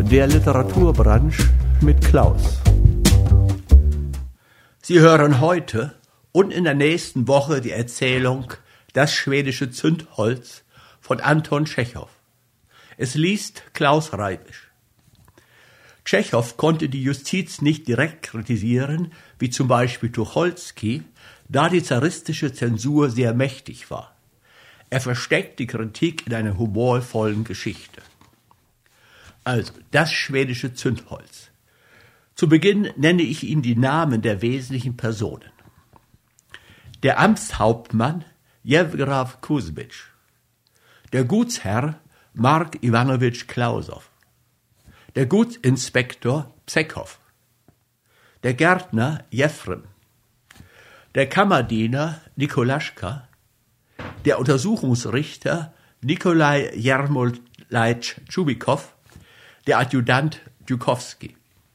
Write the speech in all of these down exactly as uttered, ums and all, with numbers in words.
Der Literaturbranche mit Klaus. Sie hören heute und in der nächsten Woche die Erzählung Das schwedische Zündholz von Anton Tschechow. Es liest Klaus Reibisch. Tschechow konnte die Justiz nicht direkt kritisieren, wie zum Beispiel Tucholsky, da die zaristische Zensur sehr mächtig war. Er versteckt die Kritik in einer humorvollen Geschichte. Also, das schwedische Zündholz. Zu Beginn nenne ich Ihnen die Namen der wesentlichen Personen. Der Amtshauptmann Jewgraf Kuzmic, der Gutsherr Mark Iwanowitsch Klausow, der Gutsinspektor Psekow, der Gärtner Jefrem, der Kammerdiener Nikolaschka, der Untersuchungsrichter Nikolai Jermolajtsch Tschubikow, der Adjutant Djukowski.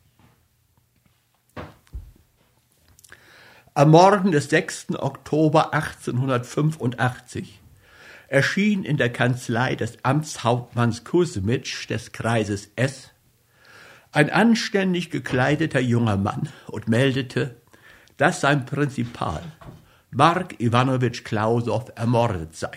Am Morgen des sechsten Oktober achtzehnhundertfünfundachtzig erschien in der Kanzlei des Amtshauptmanns Kuzmic des Kreises S ein anständig gekleideter junger Mann und meldete, dass sein Prinzipal, Mark Iwanowitsch Klausow, ermordet sei.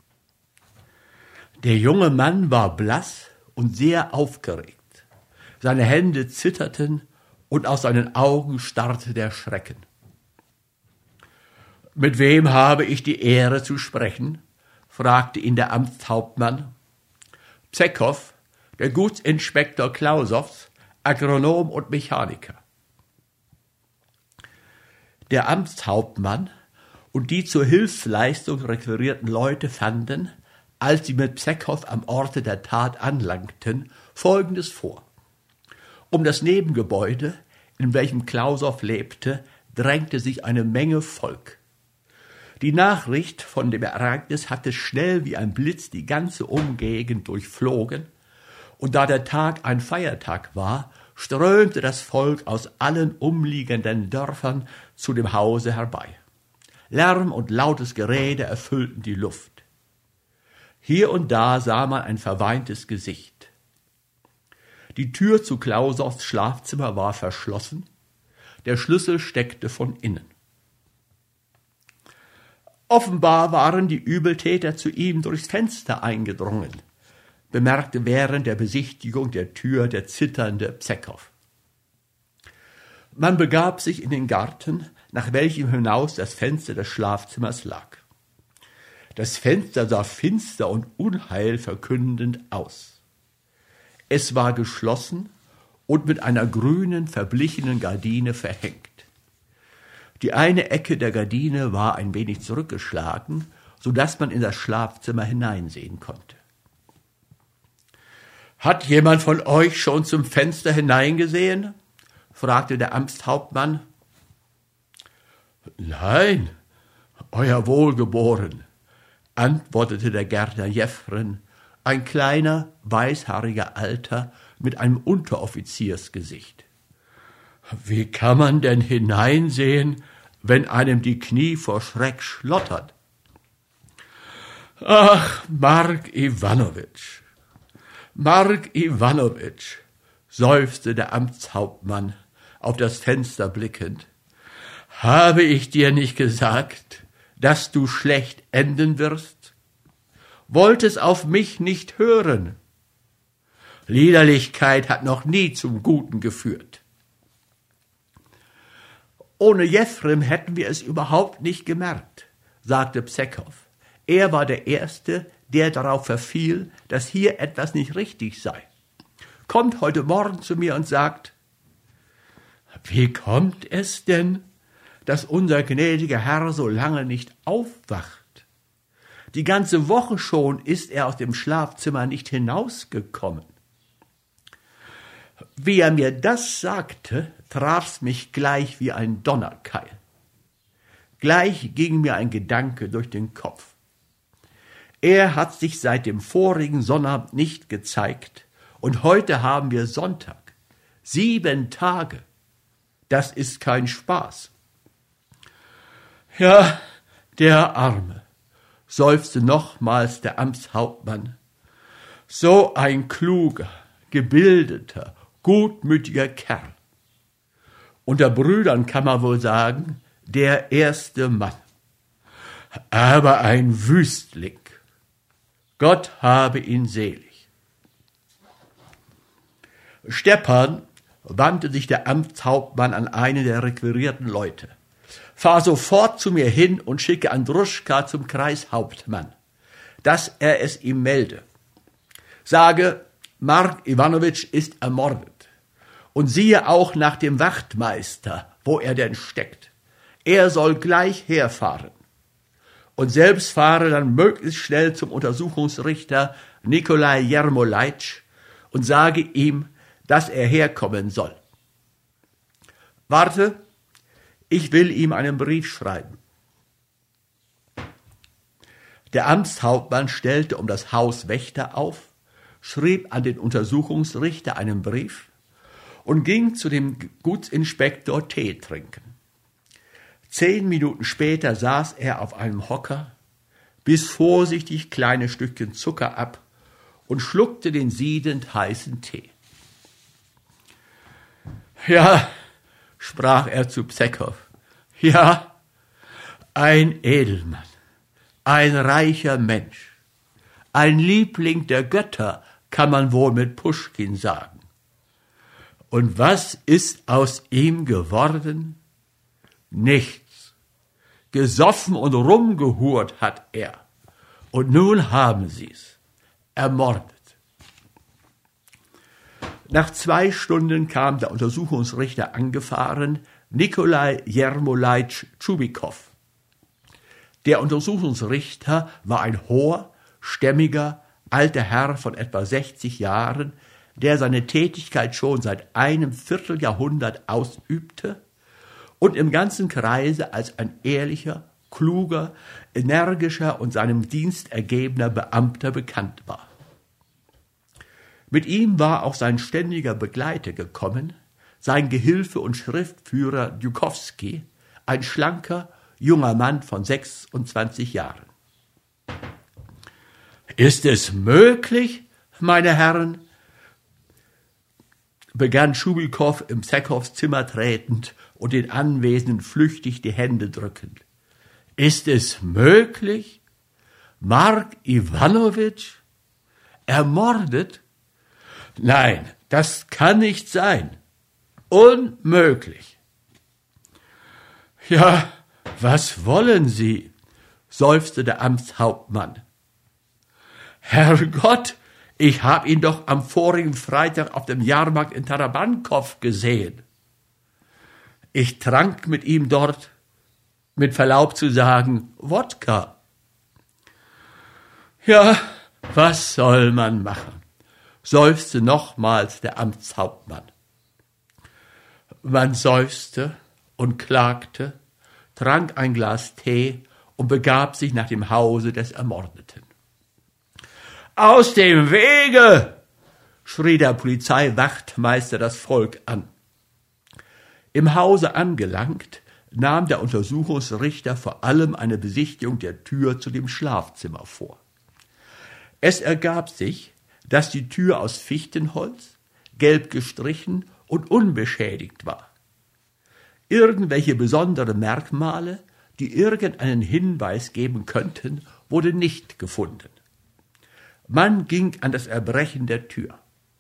Der junge Mann war blass und sehr aufgeregt. Seine Hände zitterten und aus seinen Augen starrte der Schrecken. »Mit wem habe ich die Ehre zu sprechen?« fragte ihn der Amtshauptmann. »Psekow, der Gutsinspektor Klausows, Agronom und Mechaniker.« Der Amtshauptmann und die zur Hilfsleistung requirierten Leute fanden, als sie mit Psekow am Orte der Tat anlangten, Folgendes vor. Um das Nebengebäude, in welchem Klausow lebte, drängte sich eine Menge Volk. Die Nachricht von dem Ereignis hatte schnell wie ein Blitz die ganze Umgegend durchflogen, und da der Tag ein Feiertag war, strömte das Volk aus allen umliegenden Dörfern zu dem Hause herbei. Lärm und lautes Gerede erfüllten die Luft. Hier und da sah man ein verweintes Gesicht. Die Tür zu Klausows Schlafzimmer war verschlossen, der Schlüssel steckte von innen. Offenbar waren die Übeltäter zu ihm durchs Fenster eingedrungen, bemerkte während der Besichtigung der Tür der zitternde Psekow. Man begab sich in den Garten, nach welchem hinaus das Fenster des Schlafzimmers lag. Das Fenster sah finster und unheilverkündend aus. Es war geschlossen und mit einer grünen, verblichenen Gardine verhängt. Die eine Ecke der Gardine war ein wenig zurückgeschlagen, so dass man in das Schlafzimmer hineinsehen konnte. »Hat jemand von euch schon zum Fenster hineingesehen?« fragte der Amtshauptmann. »Nein, euer Wohlgeboren«, antwortete der Gärtner Jefren, ein kleiner, weißhaariger Alter mit einem Unteroffiziersgesicht. »Wie kann man denn hineinsehen, wenn einem die Knie vor Schreck schlottern?« »Ach, Mark Iwanowitsch, Mark Iwanowitsch«, seufzte der Amtshauptmann, auf das Fenster blickend. »Habe ich dir nicht gesagt, dass du schlecht enden wirst? Wolltest auf mich nicht hören? Liederlichkeit hat noch nie zum Guten geführt.« »Ohne Jefrem hätten wir es überhaupt nicht gemerkt«, sagte Psekow. »Er war der Erste, der darauf verfiel, dass hier etwas nicht richtig sei. Kommt heute Morgen zu mir und sagt, »Wie kommt es denn, dass unser gnädiger Herr so lange nicht aufwacht? Die ganze Woche schon ist er aus dem Schlafzimmer nicht hinausgekommen.« Wie er mir das sagte, traf's mich gleich wie ein Donnerkeil. Gleich ging mir ein Gedanke durch den Kopf. Er hat sich seit dem vorigen Sonnabend nicht gezeigt, und heute haben wir Sonntag. Sieben Tage. Das ist kein Spaß. Ja, der Arme, seufzte nochmals der Amtshauptmann. So ein kluger, gebildeter, gutmütiger Kerl. Unter Brüdern kann man wohl sagen, der erste Mann. Aber ein Wüstling. Gott habe ihn selig. Stepan, wandte sich der Amtshauptmann an einen der requirierten Leute. Fahr sofort zu mir hin und schicke Andruschka zum Kreishauptmann, dass er es ihm melde. Sage, Mark Iwanowitsch ist ermordet. Und siehe auch nach dem Wachtmeister, wo er denn steckt. Er soll gleich herfahren. Und selbst fahre dann möglichst schnell zum Untersuchungsrichter Nikolai Jermolajtsch und sage ihm, dass er herkommen soll. Warte, ich will ihm einen Brief schreiben. Der Amtshauptmann stellte um das Haus Wächter auf, schrieb an den Untersuchungsrichter einen Brief und ging zu dem Gutsinspektor Tee trinken. Zehn Minuten später saß er auf einem Hocker, biss vorsichtig kleine Stückchen Zucker ab und schluckte den siedend heißen Tee. Ja, sprach er zu Psekow, ja, ein Edelmann, ein reicher Mensch, ein Liebling der Götter, kann man wohl mit Puschkin sagen. Und was ist aus ihm geworden? Nichts. Gesoffen und rumgehurt hat er. Und nun haben sie's. Ermordet. Nach zwei Stunden kam der Untersuchungsrichter angefahren, Nikolai Jermolajtsch Tschubikow. Der Untersuchungsrichter war ein hoher, stämmiger, alter Herr von etwa sechzig Jahren, der seine Tätigkeit schon seit einem Vierteljahrhundert ausübte und im ganzen Kreise als ein ehrlicher, kluger, energischer und seinem Dienst ergebener Beamter bekannt war. Mit ihm war auch sein ständiger Begleiter gekommen, sein Gehilfe und Schriftführer Djukowski, ein schlanker, junger Mann von sechsundzwanzig Jahren. Ist es möglich, meine Herren, begann Tschubikow im Psekows Zimmer tretend und den Anwesenden flüchtig die Hände drückend. Ist es möglich? Mark Iwanowitsch? Ermordet? Nein, das kann nicht sein. Unmöglich. Ja, was wollen Sie? Seufzte der Amtshauptmann. Herrgott, ich hab ihn doch am vorigen Freitag auf dem Jahrmarkt in Tarabankow gesehen. Ich trank mit ihm dort, mit Verlaub zu sagen, Wodka. Ja, was soll man machen? Seufzte nochmals der Amtshauptmann. Man seufzte und klagte, trank ein Glas Tee und begab sich nach dem Hause des Ermordeten. »Aus dem Wege!« schrie der Polizeiwachtmeister das Volk an. Im Hause angelangt, nahm der Untersuchungsrichter vor allem eine Besichtigung der Tür zu dem Schlafzimmer vor. Es ergab sich, dass die Tür aus Fichtenholz, gelb gestrichen und unbeschädigt war. Irgendwelche besondere Merkmale, die irgendeinen Hinweis geben könnten, wurde nicht gefunden. Man ging an das Erbrechen der Tür.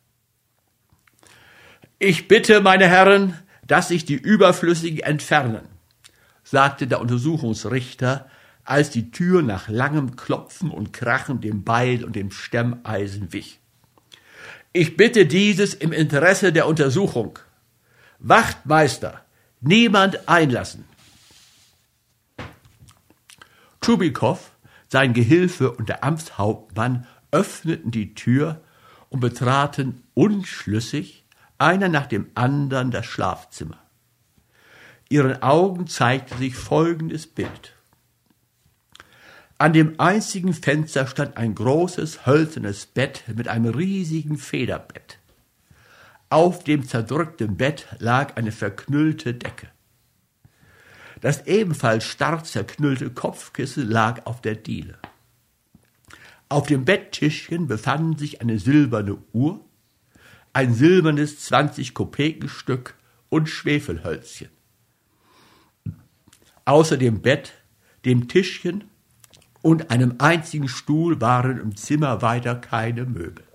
»Ich bitte, meine Herren, dass sich die Überflüssigen entfernen«, sagte der Untersuchungsrichter, als die Tür nach langem Klopfen und Krachen dem Beil und dem Stemmeisen wich. »Ich bitte dieses im Interesse der Untersuchung. Wachtmeister, niemand einlassen.« Tschubikow, sein Gehilfe und der Amtshauptmann öffneten die Tür und betraten unschlüssig, einer nach dem anderen, das Schlafzimmer. Ihren Augen zeigte sich folgendes Bild. An dem einzigen Fenster stand ein großes, hölzernes Bett mit einem riesigen Federbett. Auf dem zerdrückten Bett lag eine verknüllte Decke. Das ebenfalls stark zerknüllte Kopfkissen lag auf der Diele. Auf dem Betttischchen befanden sich eine silberne Uhr, ein silbernes zwanzig-Kopekenstück und Schwefelhölzchen. Außer dem Bett, dem Tischchen und einem einzigen Stuhl waren im Zimmer weiter keine Möbel.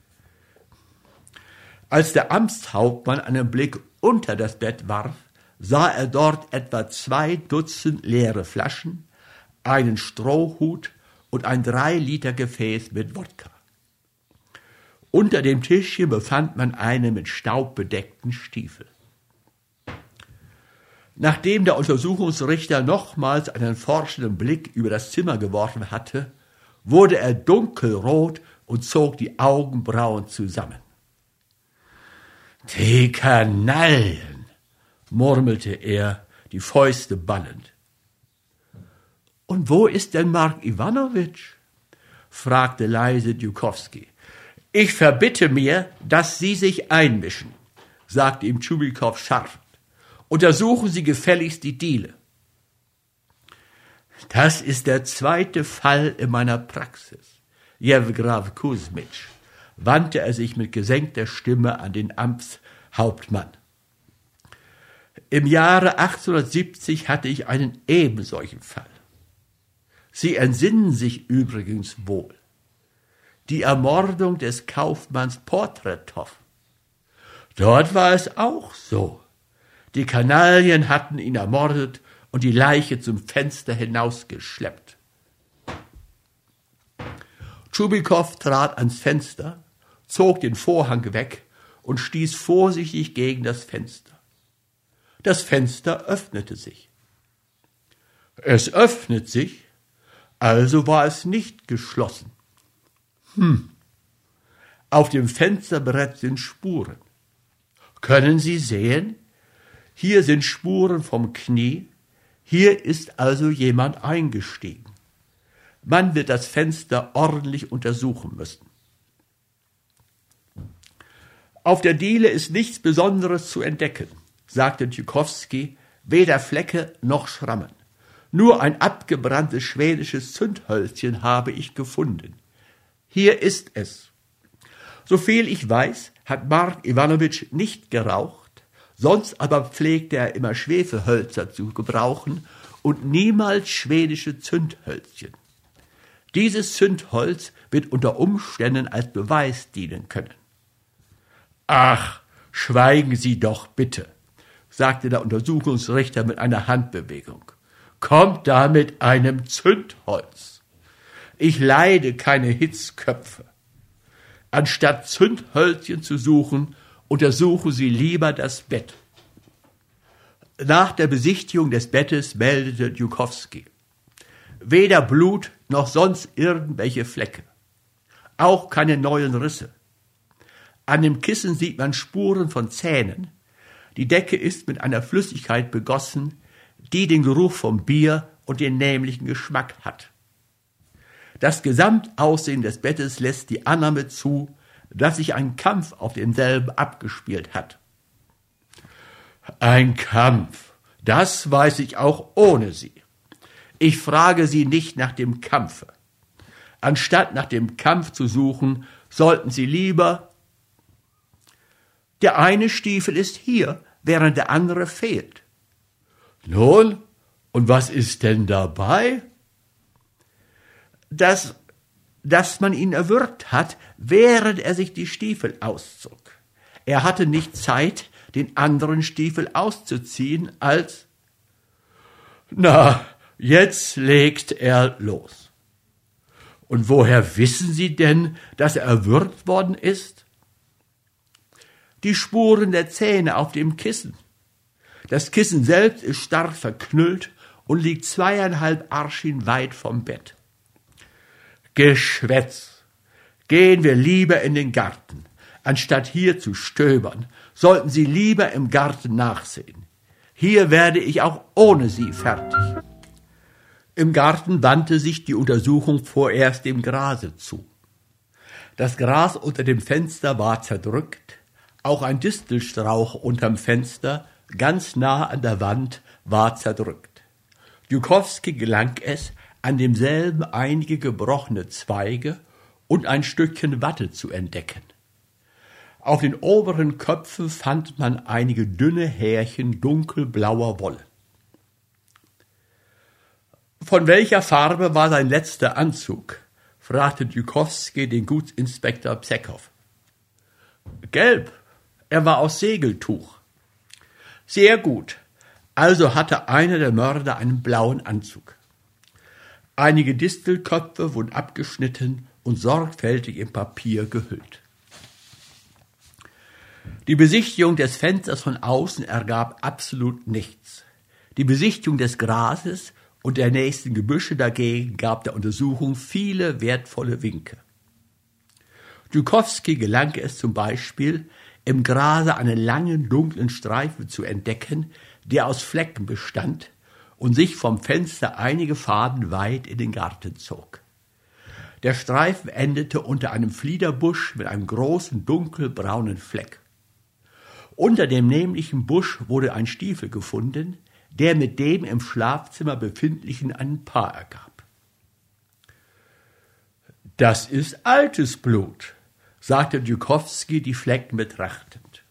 Als der Amtshauptmann einen Blick unter das Bett warf, sah er dort etwa zwei Dutzend leere Flaschen, einen Strohhut und ein drei Liter Gefäß mit Wodka. Unter dem Tischchen befand man einen mit Staub bedeckten Stiefel. Nachdem der Untersuchungsrichter nochmals einen forschenden Blick über das Zimmer geworfen hatte, wurde er dunkelrot und zog die Augenbrauen zusammen. »Die Kanaillen«, murmelte er, die Fäuste ballend. »Und wo ist denn Mark Iwanowitsch?« fragte leise Djukowski. »Ich verbitte mir, dass Sie sich einmischen«, sagte ihm Tschubikow scharf. »Untersuchen Sie gefälligst die Diele.« »Das ist der zweite Fall in meiner Praxis, Jewgraf Kusmitsch«, wandte er sich mit gesenkter Stimme an den Amtshauptmann. »Im Jahre achtzehnhundertsiebzig hatte ich einen ebensolchen Fall. Sie entsinnen sich übrigens wohl. Die Ermordung des Kaufmanns Porträtow. Dort war es auch so. Die Kanaillen hatten ihn ermordet und die Leiche zum Fenster hinausgeschleppt.« Tschubikow trat ans Fenster, zog den Vorhang weg und stieß vorsichtig gegen das Fenster. Das Fenster öffnete sich. Es öffnet sich, also war es nicht geschlossen. Hm. Auf dem Fensterbrett sind Spuren. Können Sie sehen? Hier sind Spuren vom Knie. Hier ist also jemand eingestiegen. Man wird das Fenster ordentlich untersuchen müssen. Auf der Diele ist nichts Besonderes zu entdecken, sagte Djukowski, weder Flecke noch Schrammen. Nur ein abgebranntes schwedisches Zündhölzchen habe ich gefunden. Hier ist es. Soviel ich weiß, hat Mark Iwanowitsch nicht geraucht, sonst aber pflegte er immer Schwefelhölzer zu gebrauchen und niemals schwedische Zündhölzchen. Dieses Zündholz wird unter Umständen als Beweis dienen können. »Ach, schweigen Sie doch bitte«, sagte der Untersuchungsrichter mit einer Handbewegung. »Kommt da mit einem Zündholz. Ich leide keine Hitzköpfe. Anstatt Zündhölzchen zu suchen, untersuchen Sie lieber das Bett.« Nach der Besichtigung des Bettes meldete Djukowski: »Weder Blut noch sonst irgendwelche Flecke. Auch keine neuen Risse. An dem Kissen sieht man Spuren von Zähnen. Die Decke ist mit einer Flüssigkeit begossen, die den Geruch vom Bier und den nämlichen Geschmack hat. Das Gesamtaussehen des Bettes lässt die Annahme zu, dass sich ein Kampf auf demselben abgespielt hat.« »Ein Kampf, das weiß ich auch ohne Sie. Ich frage Sie nicht nach dem Kampfe. Anstatt nach dem Kampf zu suchen, sollten Sie lieber... Der eine Stiefel ist hier, während der andere fehlt.« »Nun, und was ist denn dabei?« »Dass, dass man ihn erwürgt hat, während er sich die Stiefel auszog. Er hatte nicht Zeit, den anderen Stiefel auszuziehen, als... Na, jetzt legt er los. Und woher wissen Sie denn, dass er erwürgt worden ist?« »Die Spuren der Zähne auf dem Kissen. Das Kissen selbst ist stark verknüllt und liegt zweieinhalb Arschin weit vom Bett.« »Geschwätz! Gehen wir lieber in den Garten. Anstatt hier zu stöbern, sollten Sie lieber im Garten nachsehen. Hier werde ich auch ohne Sie fertig.« Im Garten wandte sich die Untersuchung vorerst dem Grase zu. Das Gras unter dem Fenster war zerdrückt, auch ein Distelstrauch unterm Fenster, ganz nah an der Wand, war zerdrückt. Djukowski gelang es, an demselben einige gebrochene Zweige und ein Stückchen Watte zu entdecken. Auf den oberen Köpfen fand man einige dünne Härchen dunkelblauer Wolle. »Von welcher Farbe war sein letzter Anzug?« fragte Djukowski den Gutsinspektor Psekow. »Gelb. Er war aus Segeltuch.« »Sehr gut. Also hatte einer der Mörder einen blauen Anzug.« Einige Distelköpfe wurden abgeschnitten und sorgfältig in Papier gehüllt. Die Besichtigung des Fensters von außen ergab absolut nichts. Die Besichtigung des Grases und der nächsten Gebüsche dagegen gab der Untersuchung viele wertvolle Winke. Djukowski gelang es zum Beispiel, im Grase einen langen, dunklen Streifen zu entdecken, der aus Flecken bestand und sich vom Fenster einige Faden weit in den Garten zog. Der Streifen endete unter einem Fliederbusch mit einem großen, dunkelbraunen Fleck. Unter dem nämlichen Busch wurde ein Stiefel gefunden, der mit dem im Schlafzimmer befindlichen ein Paar ergab. »Das ist altes Blut«, sagte Djukowski die Flecken betrachtend.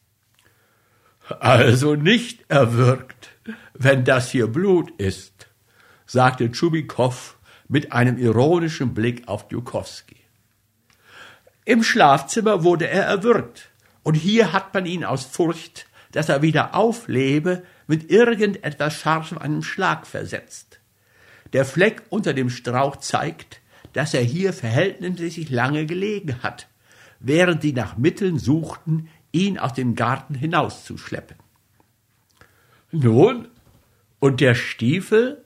»Also nicht erwürgt, wenn das hier Blut ist«, sagte Tschubikow mit einem ironischen Blick auf Djukowski. »Im Schlafzimmer wurde er erwürgt, und hier hat man ihn aus Furcht, dass er wieder auflebe, mit irgendetwas Scharfem einem Schlag versetzt. Der Fleck unter dem Strauch zeigt, dass er hier verhältnismäßig lange gelegen hat, während sie nach Mitteln suchten, ihn aus dem Garten hinauszuschleppen.« »Nun, und der Stiefel?«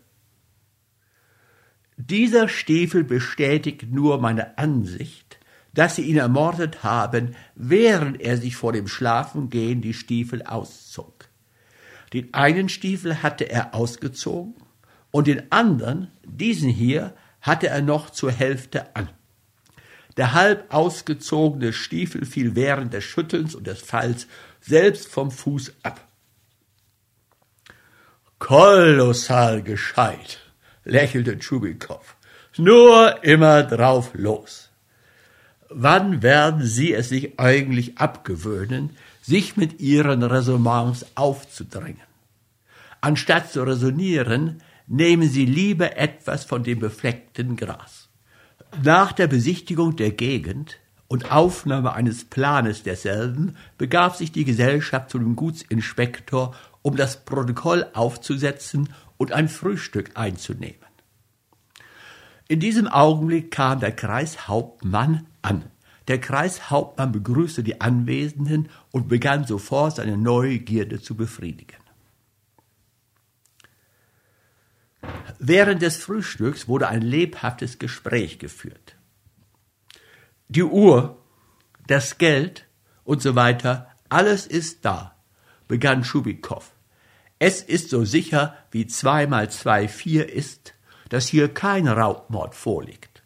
»Dieser Stiefel bestätigt nur meine Ansicht, dass sie ihn ermordet haben, während er sich vor dem Schlafengehen die Stiefel auszog. Den einen Stiefel hatte er ausgezogen und den anderen, diesen hier, hatte er noch zur Hälfte an. Der halb ausgezogene Stiefel fiel während des Schüttelns und des Falls selbst vom Fuß ab.« »Kolossal gescheit«, lächelte Tschubikow. »Nur immer drauf los. Wann werden Sie es sich eigentlich abgewöhnen, sich mit Ihren Raisonnements aufzudrängen? Anstatt zu räsonieren, nehmen Sie lieber etwas von dem befleckten Gras.« Nach der Besichtigung der Gegend und Aufnahme eines Planes derselben begab sich die Gesellschaft zu dem Gutsinspektor, um das Protokoll aufzusetzen und ein Frühstück einzunehmen. In diesem Augenblick kam der Kreishauptmann an. Der Kreishauptmann begrüßte die Anwesenden und begann sofort seine Neugierde zu befriedigen. Während des Frühstücks wurde ein lebhaftes Gespräch geführt. Die Uhr, das Geld und so weiter, alles ist da, begann Tschubikow. Es ist so sicher, wie zwei mal zwei vier ist, dass hier kein Raubmord vorliegt.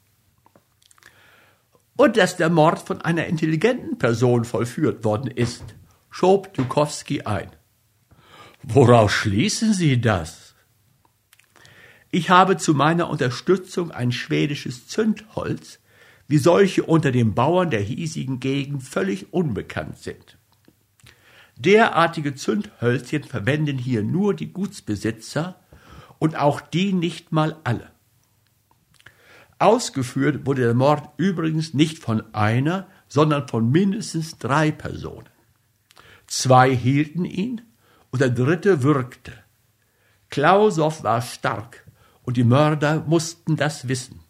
Und dass der Mord von einer intelligenten Person vollführt worden ist, schob Djukowski ein. »Woraus schließen Sie das?« »Ich habe zu meiner Unterstützung ein schwedisches Zündholz, wie solche unter den Bauern der hiesigen Gegend völlig unbekannt sind. Derartige Zündhölzchen verwenden hier nur die Gutsbesitzer und auch die nicht mal alle. Ausgeführt wurde der Mord übrigens nicht von einer, sondern von mindestens drei Personen. Zwei hielten ihn und der dritte würgte. Klausow war stark und die Mörder mussten das wissen.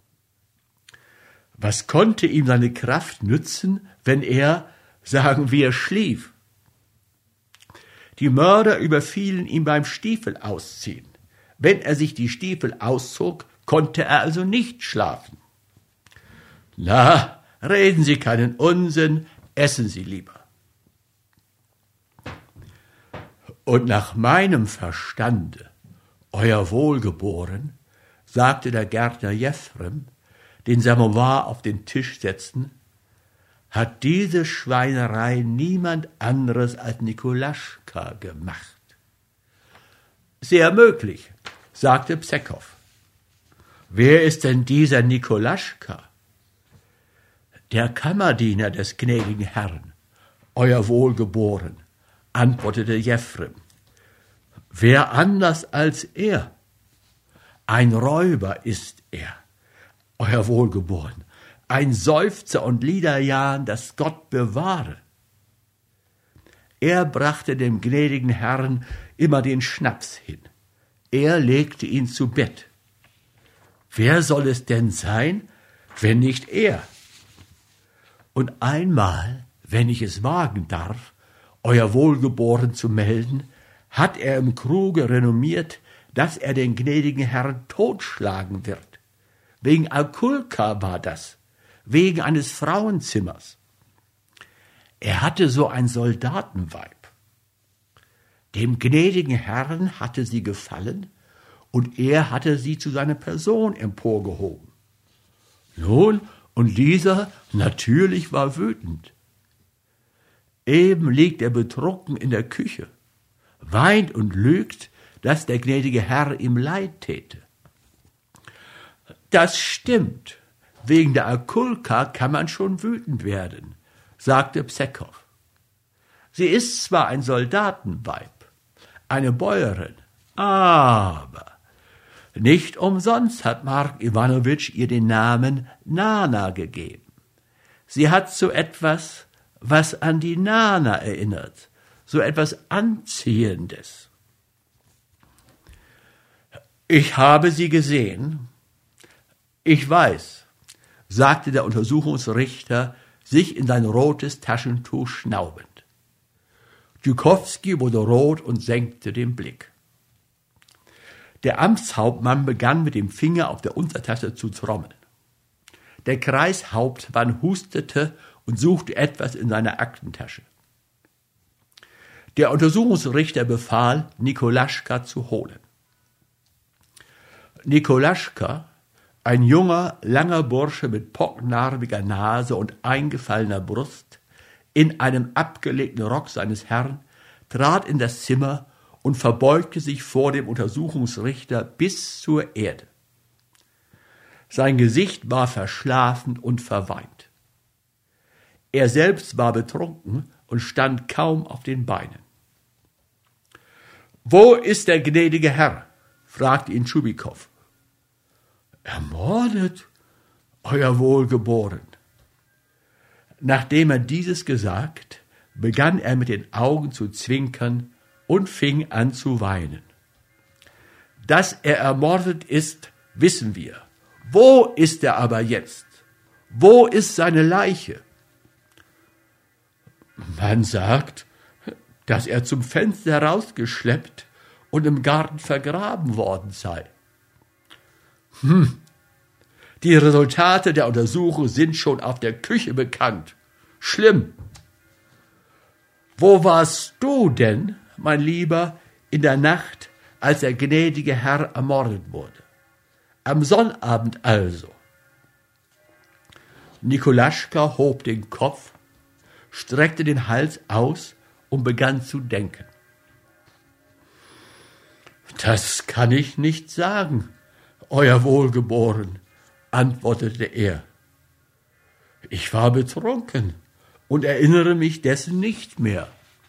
Was konnte ihm seine Kraft nützen, wenn er, sagen wir, schlief? Die Mörder überfielen ihn beim Stiefel ausziehen. Wenn er sich die Stiefel auszog, konnte er also nicht schlafen. Na, reden Sie keinen Unsinn, essen Sie lieber. Und nach meinem Verstande, Euer Wohlgeboren, sagte der Gärtner Jefrem, den Samovar auf den Tisch setzend, hat diese Schweinerei niemand anderes als Nikolaschka gemacht. Sehr möglich, sagte Psekow. Wer ist denn dieser Nikolaschka? Der Kammerdiener des gnädigen Herrn, Euer Wohlgeboren, antwortete Jephrem. Wer anders als er? Ein Räuber ist er, Euer Wohlgeboren, ein Seufzer und Liederjahn, das Gott bewahre. Er brachte dem gnädigen Herrn immer den Schnaps hin. Er legte ihn zu Bett. Wer soll es denn sein, wenn nicht er? Und einmal, wenn ich es wagen darf, Euer Wohlgeboren zu melden, hat er im Kruge renommiert, dass er den gnädigen Herrn totschlagen wird. Wegen Akulka war das, wegen eines Frauenzimmers. Er hatte so ein Soldatenweib. Dem gnädigen Herrn hatte sie gefallen, und er hatte sie zu seiner Person emporgehoben. Nun, und dieser natürlich war wütend. Eben liegt er betrunken in der Küche, weint und lügt, dass der gnädige Herr ihm leid täte. Das stimmt, wegen der Akulka kann man schon wütend werden, sagte Psekow. Sie ist zwar ein Soldatenweib, eine Bäuerin, aber nicht umsonst hat Mark Iwanowitsch ihr den Namen Nana gegeben. Sie hat so etwas, was an die Nana erinnert, so etwas Anziehendes. Ich habe sie gesehen. Ich weiß, sagte der Untersuchungsrichter, sich in sein rotes Taschentuch schnaubend. Djukowski wurde rot und senkte den Blick. Der Amtshauptmann begann mit dem Finger auf der Untertasse zu trommeln. Der Kreishauptmann hustete und suchte etwas in seiner Aktentasche. Der Untersuchungsrichter befahl, Nikolaschka zu holen. Nikolaschka, ein junger, langer Bursche mit pockennarbiger Nase und eingefallener Brust, in einem abgelegten Rock seines Herrn, trat in das Zimmer und verbeugte sich vor dem Untersuchungsrichter bis zur Erde. Sein Gesicht war verschlafen und verweint. Er selbst war betrunken und stand kaum auf den Beinen. »Wo ist der gnädige Herr?« fragte ihn Tschubikow. »Ermordet, Euer Wohlgeboren.« Nachdem er dieses gesagt, begann er mit den Augen zu zwinkern und fing an zu weinen. Dass er ermordet ist, wissen wir. Wo ist er aber jetzt? Wo ist seine Leiche? Man sagt, dass er zum Fenster herausgeschleppt und im Garten vergraben worden sei. Hm, die Resultate der Untersuchung sind schon auf der Küche bekannt. Schlimm. Wo warst du denn, mein Lieber, in der Nacht, als der gnädige Herr ermordet wurde? Am Sonnabend also. Nikolaschka hob den Kopf, streckte den Hals aus und begann zu denken. Das kann ich nicht sagen, Euer Wohlgeboren, antwortete er. Ich war betrunken und erinnere mich dessen nicht mehr.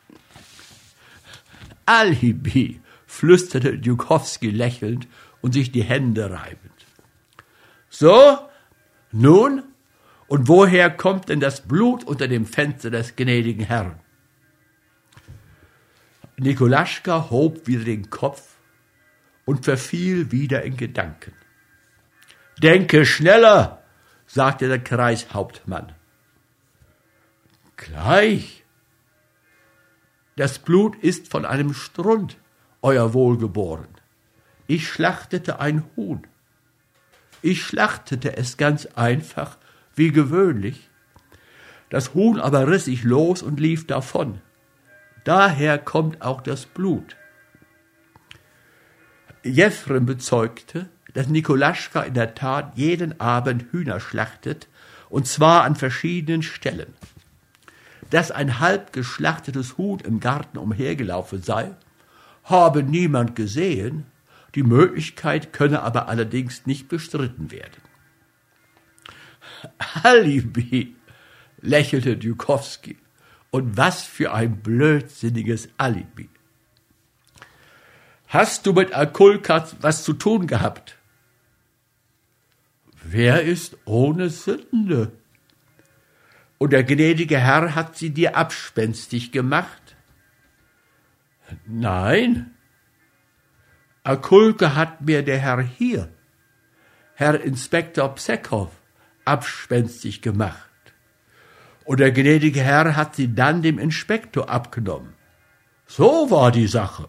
Alibi, flüsterte Djukowski lächelnd und sich die Hände reibend. So, nun, und woher kommt denn das Blut unter dem Fenster des gnädigen Herrn? Nikolaschka hob wieder den Kopf und verfiel wieder in Gedanken. »Denke schneller«, sagte der Kreishauptmann. »Gleich. Das Blut ist von einem Strund, Euer Wohlgeboren. Ich schlachtete ein Huhn. Ich schlachtete es ganz einfach, wie gewöhnlich. Das Huhn aber riss sich los und lief davon. Daher kommt auch das Blut.« Jephrem bezeugte, dass Nikolaschka in der Tat jeden Abend Hühner schlachtet, und zwar an verschiedenen Stellen. Dass ein halb geschlachtetes Huhn im Garten umhergelaufen sei, habe niemand gesehen, die Möglichkeit könne aber allerdings nicht bestritten werden. »Alibi«, lächelte Djukowski Und was für ein blödsinniges Alibi. Hast du mit Akulka was zu tun gehabt? Wer ist ohne Sünde? Und der gnädige Herr hat sie dir abspenstig gemacht? Nein. Akulka hat mir der Herr hier, Herr Inspektor Psekow, abspenstig gemacht. Und der gnädige Herr hat sie dann dem Inspektor abgenommen. So war die Sache.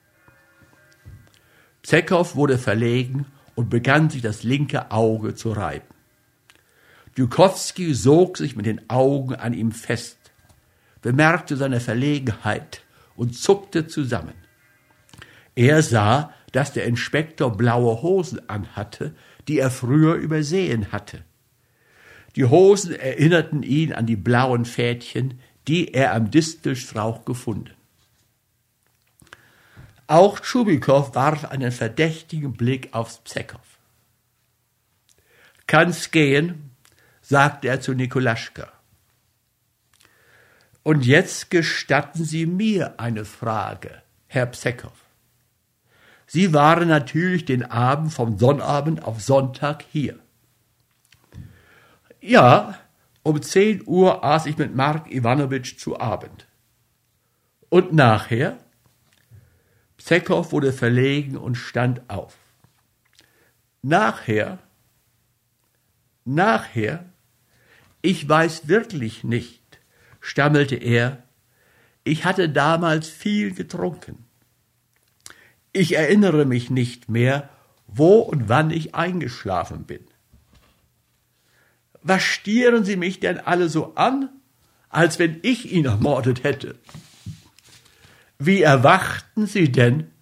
Psekow wurde verlegen und begann sich das linke Auge zu reiben. Djukowski sog sich mit den Augen an ihm fest, bemerkte seine Verlegenheit und zuckte zusammen. Er sah, dass der Inspektor blaue Hosen anhatte, die er früher übersehen hatte. Die Hosen erinnerten ihn an die blauen Fädchen, die er am Distelstrauch gefunden. Auch Tschubikow warf einen verdächtigen Blick auf Psekow. »Kann's gehen«, sagte er zu Nikolaschka. »Und jetzt gestatten Sie mir eine Frage, Herr Psekow. Sie waren natürlich den Abend vom Sonnabend auf Sonntag hier.« »Ja, um zehn Uhr aß ich mit Mark Iwanowitsch zu Abend.« »Und nachher?« Psekow wurde verlegen und stand auf. »Nachher? Nachher? Ich weiß wirklich nicht«, stammelte er. »Ich hatte damals viel getrunken. Ich erinnere mich nicht mehr, wo und wann ich eingeschlafen bin.« »Was stieren Sie mich denn alle so an, als wenn ich ihn ermordet hätte?« »Wie erwachten Sie denn?«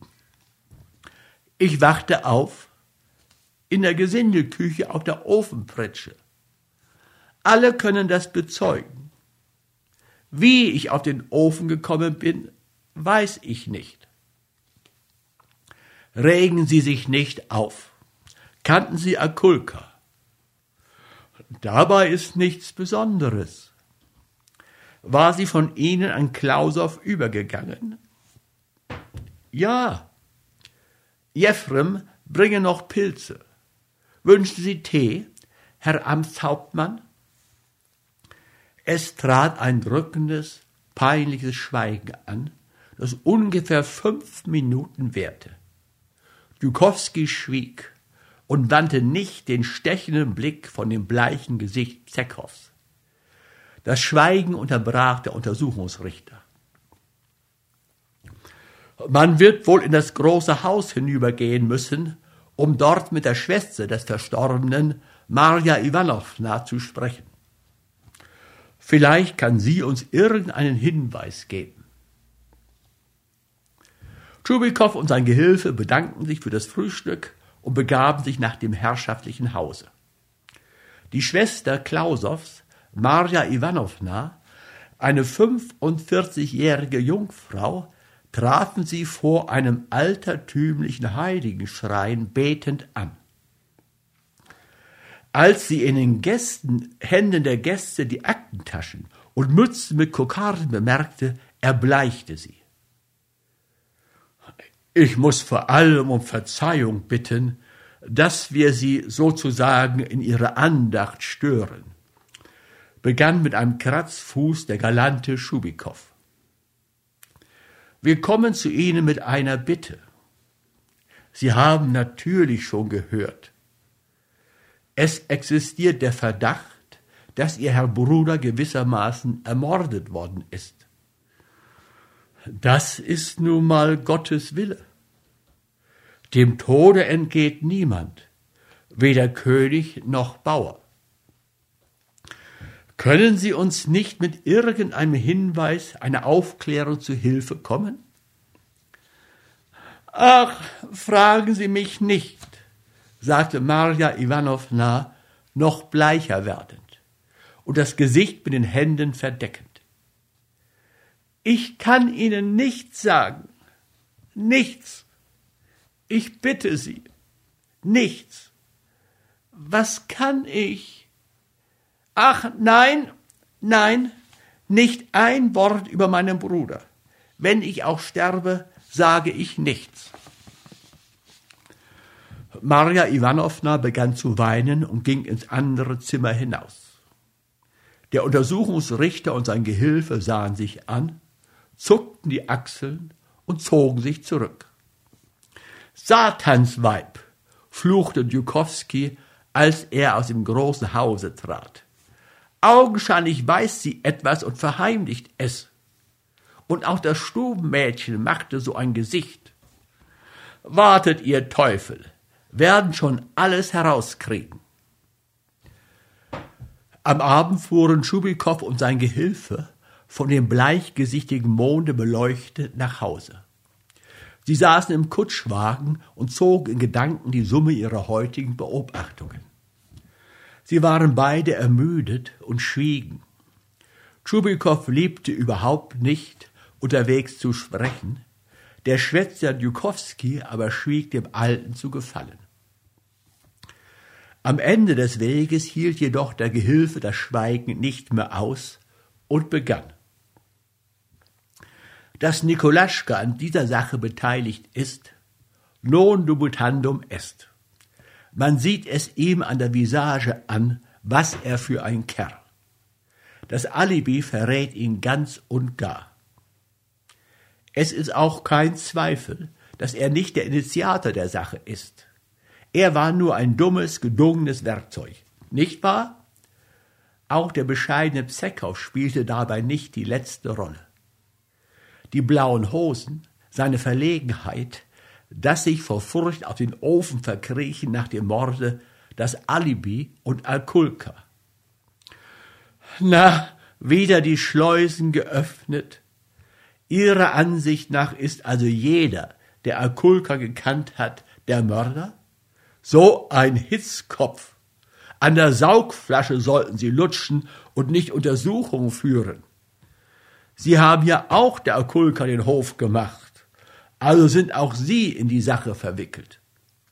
»Ich wachte auf, in der Gesindeküche auf der Ofenpritsche. Alle können das bezeugen. Wie ich auf den Ofen gekommen bin, weiß ich nicht.« »Regen Sie sich nicht auf. Kannten Sie Akulka?« »Dabei ist nichts Besonderes.« »War sie von Ihnen an Klausow übergegangen?« »Ja.« »Jefrem, bringe noch Pilze. Wünschen Sie Tee, Herr Amtshauptmann?« Es trat ein drückendes, peinliches Schweigen an, das ungefähr fünf Minuten währte. Djukowski schwieg und wandte nicht den stechenden Blick von dem bleichen Gesicht Psekows. Das Schweigen unterbrach der Untersuchungsrichter. »Man wird wohl in das große Haus hinübergehen müssen, um dort mit der Schwester des Verstorbenen, Marja Iwanowna, zu sprechen. Vielleicht kann sie uns irgendeinen Hinweis geben.« Tschubikow und sein Gehilfe bedankten sich für das Frühstück und begaben sich nach dem herrschaftlichen Hause. Die Schwester Klausows, Marja Iwanowna, eine fünfundvierzigjährige Jungfrau, trafen sie vor einem altertümlichen Heiligenschrein betend an. Als sie in den Gästen, Händen der Gäste die Aktentaschen und Mützen mit Kokarden bemerkte, erbleichte sie. »Ich muss vor allem um Verzeihung bitten, dass wir Sie sozusagen in Ihre Andacht stören«, begann mit einem Kratzfuß der galante Tschubikow. »Wir kommen zu Ihnen mit einer Bitte. Sie haben natürlich schon gehört. Es existiert der Verdacht, dass Ihr Herr Bruder gewissermaßen ermordet worden ist. Das ist nun mal Gottes Wille. Dem Tode entgeht niemand, weder König noch Bauer. Können Sie uns nicht mit irgendeinem Hinweis, einer Aufklärung zu Hilfe kommen?« »Ach, fragen Sie mich nicht«, sagte Marja Iwanowna, noch bleicher werdend und das Gesicht mit den Händen verdeckend. »Ich kann Ihnen nichts sagen, nichts. Ich bitte Sie, nichts. Was kann ich? Ach, nein, nein, Nicht ein Wort über meinen Bruder. Wenn ich auch sterbe, sage ich nichts. Marja Iwanowna begann zu weinen und ging ins andere Zimmer hinaus. Der Untersuchungsrichter und sein Gehilfe sahen sich an, zuckten die Achseln und zogen sich zurück. Satansweib, fluchte Djukowski, als er aus dem großen Hause trat. Augenscheinlich weiß sie etwas und verheimlicht es. Und auch das Stubenmädchen machte so ein Gesicht. Wartet, ihr Teufel, werden schon alles herauskriegen. Am Abend fuhren Tschubikow und sein Gehilfe, von dem bleichgesichtigen Monde beleuchtet, nach Hause. Sie saßen im Kutschwagen und zogen in Gedanken die Summe ihrer heutigen Beobachtungen. Sie waren beide ermüdet und schwiegen. Tschubikow liebte überhaupt nicht, unterwegs zu sprechen, der Schwätzer Djukowski aber schwieg dem Alten zu gefallen. Am Ende des Weges hielt jedoch der Gehilfe das Schweigen nicht mehr aus und begann. Dass Nikolaschka an dieser Sache beteiligt ist, non dubitandum est. Man sieht es ihm an der Visage an, was er für ein Kerl. Das Alibi verrät ihn ganz und gar. Es ist auch kein Zweifel, dass er nicht der Initiator der Sache ist. Er war nur ein dummes, gedungenes Werkzeug, nicht wahr? Auch der bescheidene Psekow spielte dabei nicht die letzte Rolle. Die blauen Hosen, seine Verlegenheit, das sich vor Furcht auf den Ofen verkriechen nach dem Morde, das Alibi und Alkulka. Na, wieder die Schleusen geöffnet. Ihrer Ansicht nach ist also jeder, der Alkulka gekannt hat, der Mörder? So ein Hitzkopf. An der Saugflasche sollten Sie lutschen und nicht Untersuchungen führen. Sie haben ja auch der Alkulka den Hof gemacht, also sind auch Sie in die Sache verwickelt.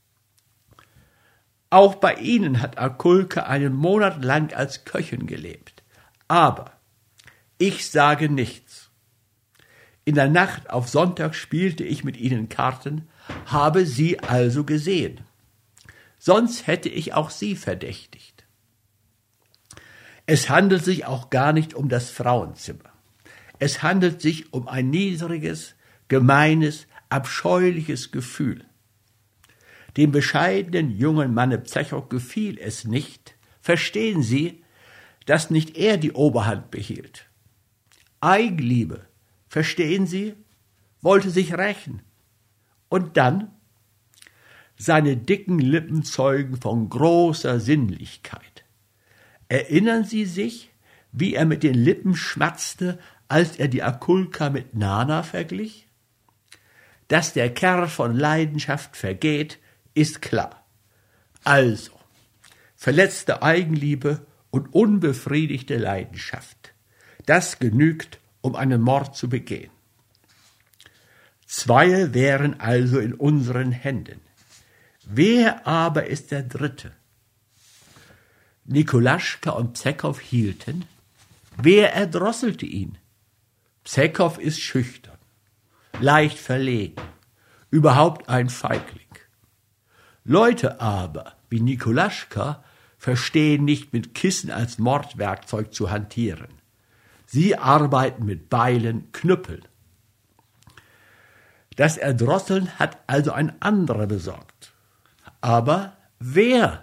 Auch bei Ihnen hat Alkulka einen Monat lang als Köchin gelebt. Aber ich sage nichts. In der Nacht auf Sonntag spielte ich mit Ihnen Karten, habe Sie also gesehen. Sonst hätte ich auch Sie verdächtigt. Es handelt sich auch gar nicht um das Frauenzimmer. Es handelt sich um ein niedriges, gemeines, abscheuliches Gefühl. Dem bescheidenen jungen Manne Psechow gefiel es nicht, verstehen Sie, dass nicht er die Oberhand behielt. Eigenliebe, verstehen Sie, wollte sich rächen. Und dann? Seine dicken Lippen zeugen von großer Sinnlichkeit. Erinnern Sie sich, wie er mit den Lippen schmatzte, als er die Akulka mit Nana verglich? Dass der Kerl von Leidenschaft vergeht, ist klar. Also, verletzte Eigenliebe und unbefriedigte Leidenschaft. Das genügt, um einen Mord zu begehen. Zwei wären also in unseren Händen. Wer aber ist der Dritte? Nikolaschka und Psekow hielten. Wer erdrosselte ihn? Psekow ist schüchtern, leicht verlegen, überhaupt ein Feigling. Leute aber wie Nikolaschka verstehen nicht, mit Kissen als Mordwerkzeug zu hantieren. Sie arbeiten mit Beilen, Knüppeln. Das Erdrosseln hat also ein anderer besorgt. Aber wer?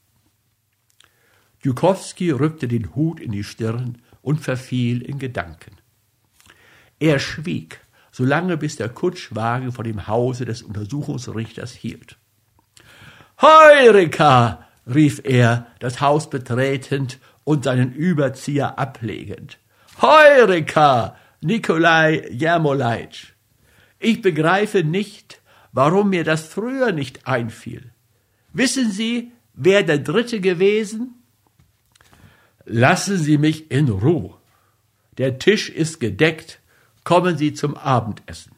Djukowski rückte den Hut in die Stirn und verfiel in Gedanken. Er schwieg, solange bis der Kutschwagen vor dem Hause des Untersuchungsrichters hielt. »Heureka!« rief er, das Haus betretend und seinen Überzieher ablegend. »Heureka, Nikolai Jermolajtsch! Ich begreife nicht, warum mir das früher nicht einfiel. Wissen Sie, wer der Dritte gewesen?« »Lassen Sie mich in Ruhe. Der Tisch ist gedeckt. Kommen Sie zum Abendessen.«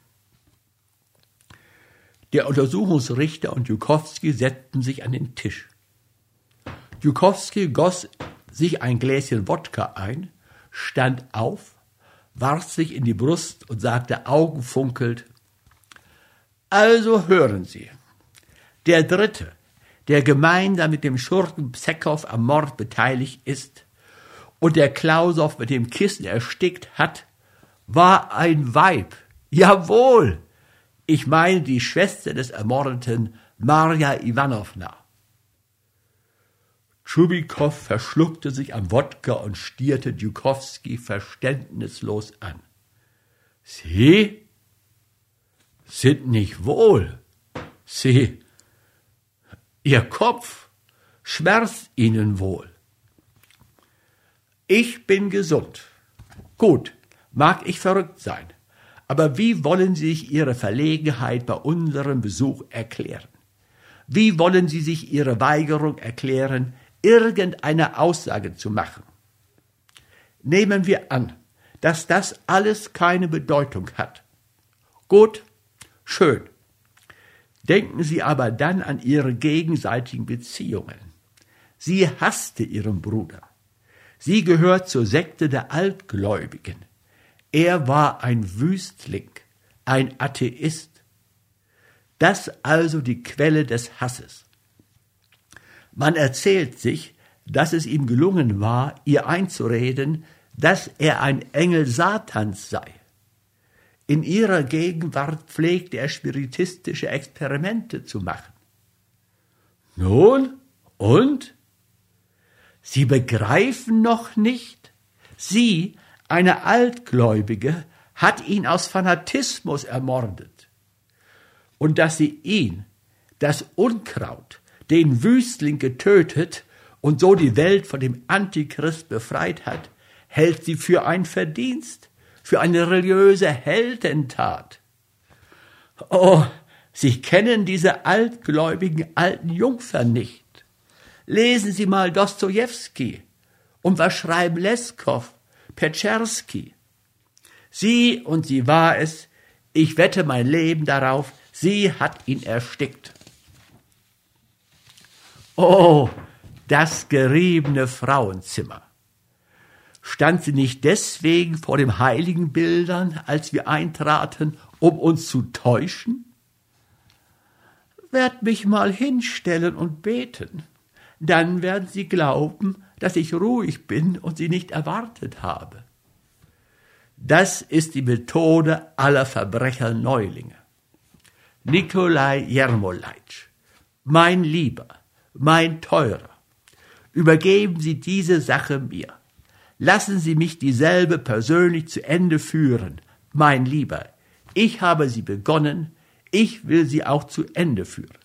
Der Untersuchungsrichter und Djukowski setzten sich an den Tisch. Djukowski goss sich ein Gläschen Wodka ein, stand auf, warf sich in die Brust und sagte augenfunkelnd: Also hören Sie, der Dritte, der gemeinsam mit dem Schurken Psekow am Mord beteiligt ist und der Klausow mit dem Kissen erstickt hat, war ein Weib. Jawohl, ich meine die Schwester des Ermordeten, Marja Iwanowna. Tschubikow verschluckte sich am Wodka und stierte Djukowski verständnislos an. Sie sind nicht wohl. Sie, Ihr Kopf schmerzt Ihnen wohl. Ich bin gesund. Gut, mag ich verrückt sein, aber wie wollen Sie sich Ihre Verlegenheit bei unserem Besuch erklären? Wie wollen Sie sich Ihre Weigerung erklären, irgendeine Aussage zu machen? Nehmen wir an, dass das alles keine Bedeutung hat. Gut, schön. Denken Sie aber dann an Ihre gegenseitigen Beziehungen. Sie hasste Ihren Bruder. Sie gehört zur Sekte der Altgläubigen. Er war ein Wüstling, ein Atheist. Das also die Quelle des Hasses. Man erzählt sich, dass es ihm gelungen war, ihr einzureden, dass er ein Engel Satans sei. In ihrer Gegenwart pflegte er spiritistische Experimente zu machen. Nun, und? Sie begreifen noch nicht? Sie, eine Altgläubige, hat ihn aus Fanatismus ermordet. Und dass sie ihn, das Unkraut, den Wüstling getötet und so die Welt von dem Antichrist befreit hat, hält sie für ein Verdienst, für eine religiöse Heldentat. Oh, Sie kennen diese altgläubigen alten Jungfern nicht. Lesen Sie mal Dostojewski und was schreiben Leskow, Petscherski. Sie, und sie war es, ich wette mein Leben darauf, sie hat ihn erstickt. Oh, das geriebene Frauenzimmer. Stand sie nicht deswegen vor den Heiligenbildern, als wir eintraten, um uns zu täuschen? Werd mich mal hinstellen und beten. Dann werden Sie glauben, dass ich ruhig bin und Sie nicht erwartet habe. Das ist die Methode aller Verbrecher-Neulinge. Nikolai Jermolajtsch, mein Lieber, mein Teurer, übergeben Sie diese Sache mir. Lassen Sie mich dieselbe persönlich zu Ende führen, mein Lieber. Ich habe sie begonnen, ich will sie auch zu Ende führen.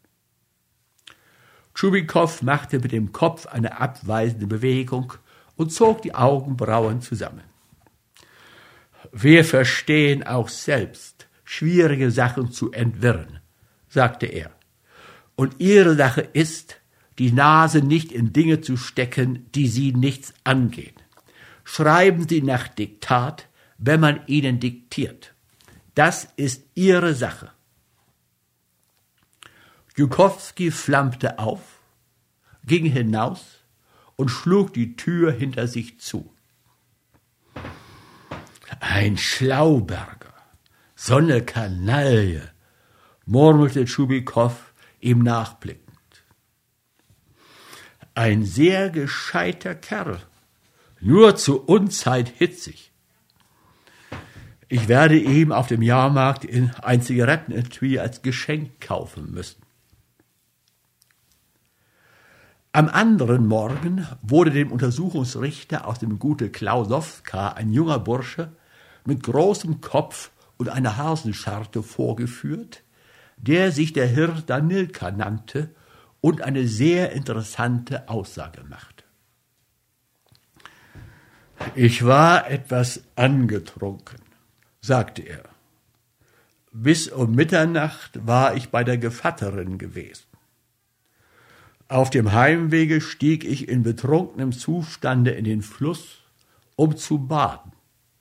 Tschubikow machte mit dem Kopf eine abweisende Bewegung und zog die Augenbrauen zusammen. Wir verstehen auch selbst, schwierige Sachen zu entwirren, sagte er. Und Ihre Sache ist, die Nase nicht in Dinge zu stecken, die Sie nichts angehen. Schreiben Sie nach Diktat, wenn man Ihnen diktiert. Das ist Ihre Sache. Djukowski flammte auf, ging hinaus und schlug die Tür hinter sich zu. Ein Schlauberger, so eine Kanaille, murmelte Tschubikow ihm nachblickend. Ein sehr gescheiter Kerl, nur zur Unzeit hitzig. Ich werde ihm auf dem Jahrmarkt in ein Zigarettenetui als Geschenk kaufen müssen. Am anderen Morgen wurde dem Untersuchungsrichter aus dem Gute Klausowka ein junger Bursche mit großem Kopf und einer Hasenscharte vorgeführt, der sich der Hirt Danilka nannte und eine sehr interessante Aussage machte. Ich war etwas angetrunken, sagte er. Bis um Mitternacht war ich bei der Gevatterin gewesen. Auf dem Heimwege stieg ich in betrunkenem Zustande in den Fluss, um zu baden.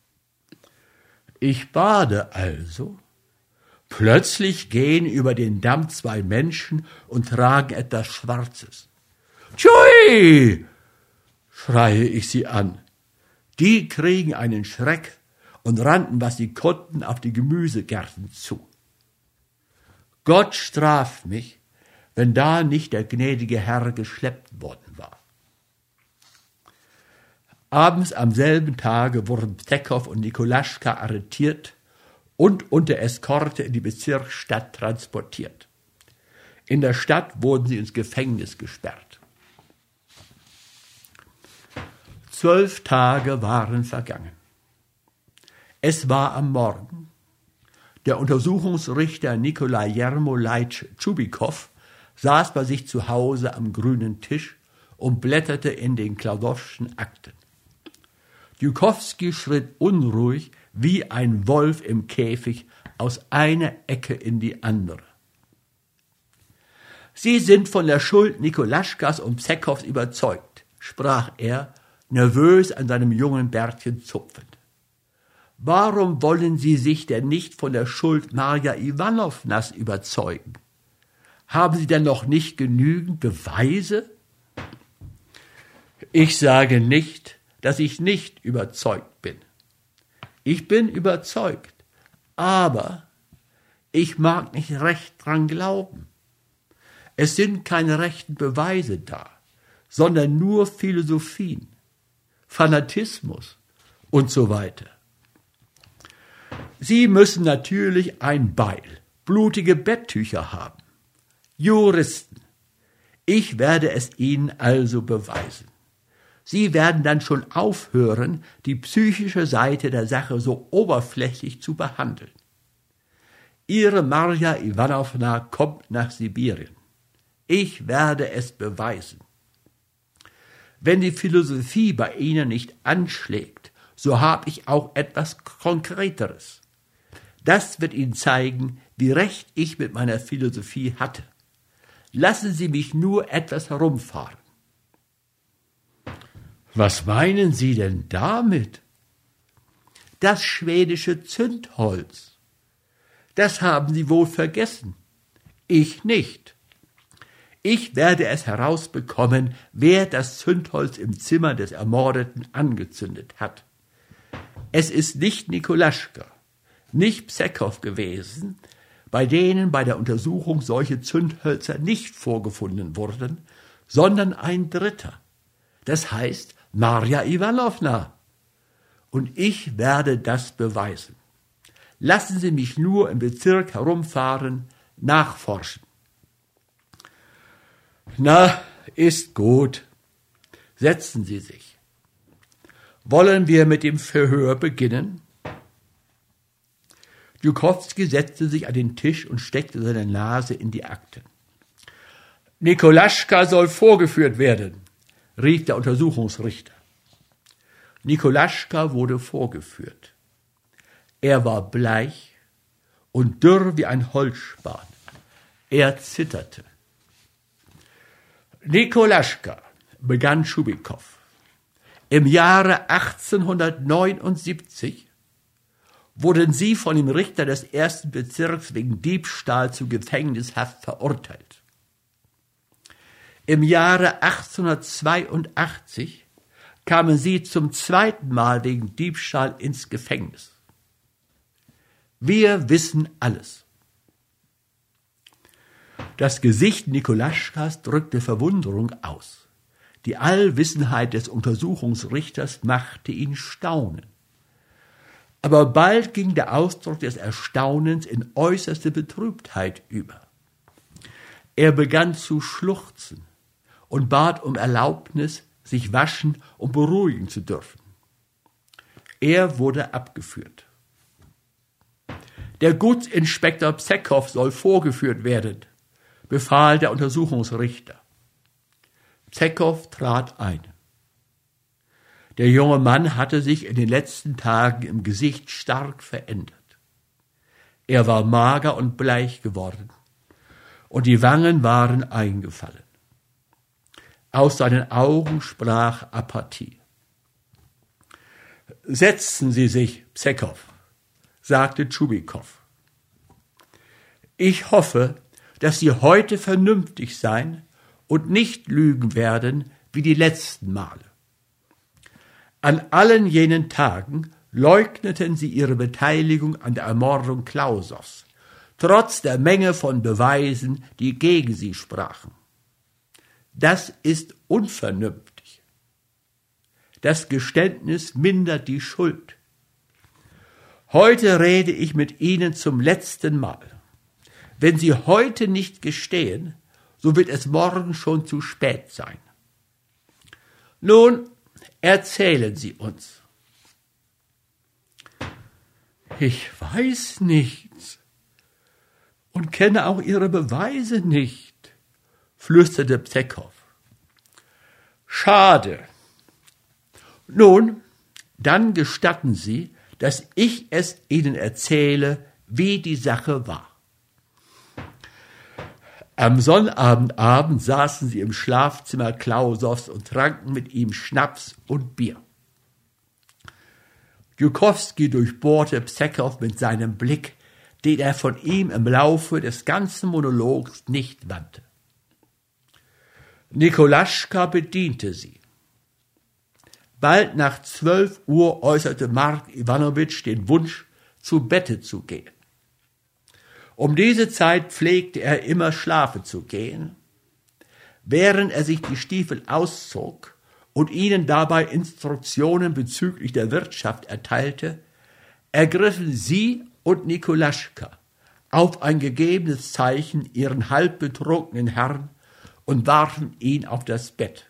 Ich bade also. Plötzlich gehen über den Damm zwei Menschen und tragen etwas Schwarzes. »Tschui!« schreie ich sie an. Die kriegen einen Schreck und rannten, was sie konnten, auf die Gemüsegärten zu. Gott straft mich, wenn da nicht der gnädige Herr geschleppt worden war. Abends am selben Tage wurden Psekow und Nikolaschka arretiert und unter Eskorte in die Bezirksstadt transportiert. In der Stadt wurden sie ins Gefängnis gesperrt. Zwölf Tage waren vergangen. Es war am Morgen. Der Untersuchungsrichter Nikolai Jermolajtsch Tschubikow saß bei sich zu Hause am grünen Tisch und blätterte in den Kladowschen Akten. Djukowski schritt unruhig wie ein Wolf im Käfig aus einer Ecke in die andere. »Sie sind von der Schuld Nikolaschkas und Psekows überzeugt«, sprach er, nervös an seinem jungen Bärtchen zupfend. »Warum wollen Sie sich denn nicht von der Schuld Marja Iwanownas überzeugen? Haben Sie denn noch nicht genügend Beweise?« »Ich sage nicht, dass ich nicht überzeugt bin. Ich bin überzeugt, aber ich mag nicht recht dran glauben. Es sind keine rechten Beweise da, sondern nur Philosophien, Fanatismus und so weiter. Sie müssen natürlich ein Beil, blutige Betttücher haben. Juristen. Ich werde es Ihnen also beweisen. Sie werden dann schon aufhören, die psychische Seite der Sache so oberflächlich zu behandeln. Ihre Marja Iwanowna kommt nach Sibirien. Ich werde es beweisen. Wenn die Philosophie bei Ihnen nicht anschlägt, so habe ich auch etwas Konkreteres. Das wird Ihnen zeigen, wie recht ich mit meiner Philosophie hatte. Lassen Sie mich nur etwas herumfahren. Was meinen Sie denn damit? Das schwedische Zündholz. Das haben Sie wohl vergessen. Ich nicht. Ich werde es herausbekommen, wer das Zündholz im Zimmer des Ermordeten angezündet hat. Es ist nicht Nikolaschka, nicht Psekow gewesen, bei denen bei der Untersuchung solche Zündhölzer nicht vorgefunden wurden, sondern ein Dritter. Das heißt Marja Iwanowna. Und ich werde das beweisen. Lassen Sie mich nur im Bezirk herumfahren, nachforschen. Na, ist gut. Setzen Sie sich. Wollen wir mit dem Verhör beginnen? Djukowski setzte sich an den Tisch und steckte seine Nase in die Akten. Nikolaschka soll vorgeführt werden, rief der Untersuchungsrichter. Nikolaschka wurde vorgeführt. Er war bleich und dürr wie ein Holzspan. Er zitterte. Nikolaschka, begann Tschubikow, im Jahre achtzehnhundertneunundsiebzig wurden Sie von dem Richter des ersten Bezirks wegen Diebstahl zu Gefängnishaft verurteilt. Im Jahre achtzehnhundertzweiundachtzig kamen Sie zum zweiten Mal wegen Diebstahl ins Gefängnis. Wir wissen alles. Das Gesicht Nikolaschkas drückte Verwunderung aus. Die Allwissenheit des Untersuchungsrichters machte ihn staunen. Aber bald ging der Ausdruck des Erstaunens in äußerste Betrübtheit über. Er begann zu schluchzen und bat um Erlaubnis, sich waschen und beruhigen zu dürfen. Er wurde abgeführt. Der Gutsinspektor Psekow soll vorgeführt werden, befahl der Untersuchungsrichter. Psekow trat ein. Der junge Mann hatte sich in den letzten Tagen im Gesicht stark verändert. Er war mager und bleich geworden, und die Wangen waren eingefallen. Aus seinen Augen sprach Apathie. »Setzen Sie sich, Psekow«, sagte Tschubikow. »Ich hoffe, dass Sie heute vernünftig sein und nicht lügen werden wie die letzten Male. An allen jenen Tagen leugneten sie ihre Beteiligung an der Ermordung Klausows, trotz der Menge von Beweisen, die gegen sie sprachen. Das ist unvernünftig. Das Geständnis mindert die Schuld. Heute rede ich mit Ihnen zum letzten Mal. Wenn Sie heute nicht gestehen, so wird es morgen schon zu spät sein. Nun erzählen Sie uns. Ich weiß nichts und kenne auch Ihre Beweise nicht, flüsterte Psekow. Schade. Nun, dann gestatten Sie, dass ich es Ihnen erzähle, wie die Sache war. Am Sonnabendabend saßen sie im Schlafzimmer Klausows und tranken mit ihm Schnaps und Bier. Jukowski durchbohrte Psekow mit seinem Blick, den er von ihm im Laufe des ganzen Monologs nicht wandte. Nikolaschka bediente sie. Bald nach zwölf Uhr äußerte Mark Iwanowitsch den Wunsch, zu Bette zu gehen. Um diese Zeit pflegte er immer schlafen zu gehen. Während er sich die Stiefel auszog und ihnen dabei Instruktionen bezüglich der Wirtschaft erteilte, ergriffen sie und Nikolaschka auf ein gegebenes Zeichen ihren halb betrunkenen Herrn und warfen ihn auf das Bett.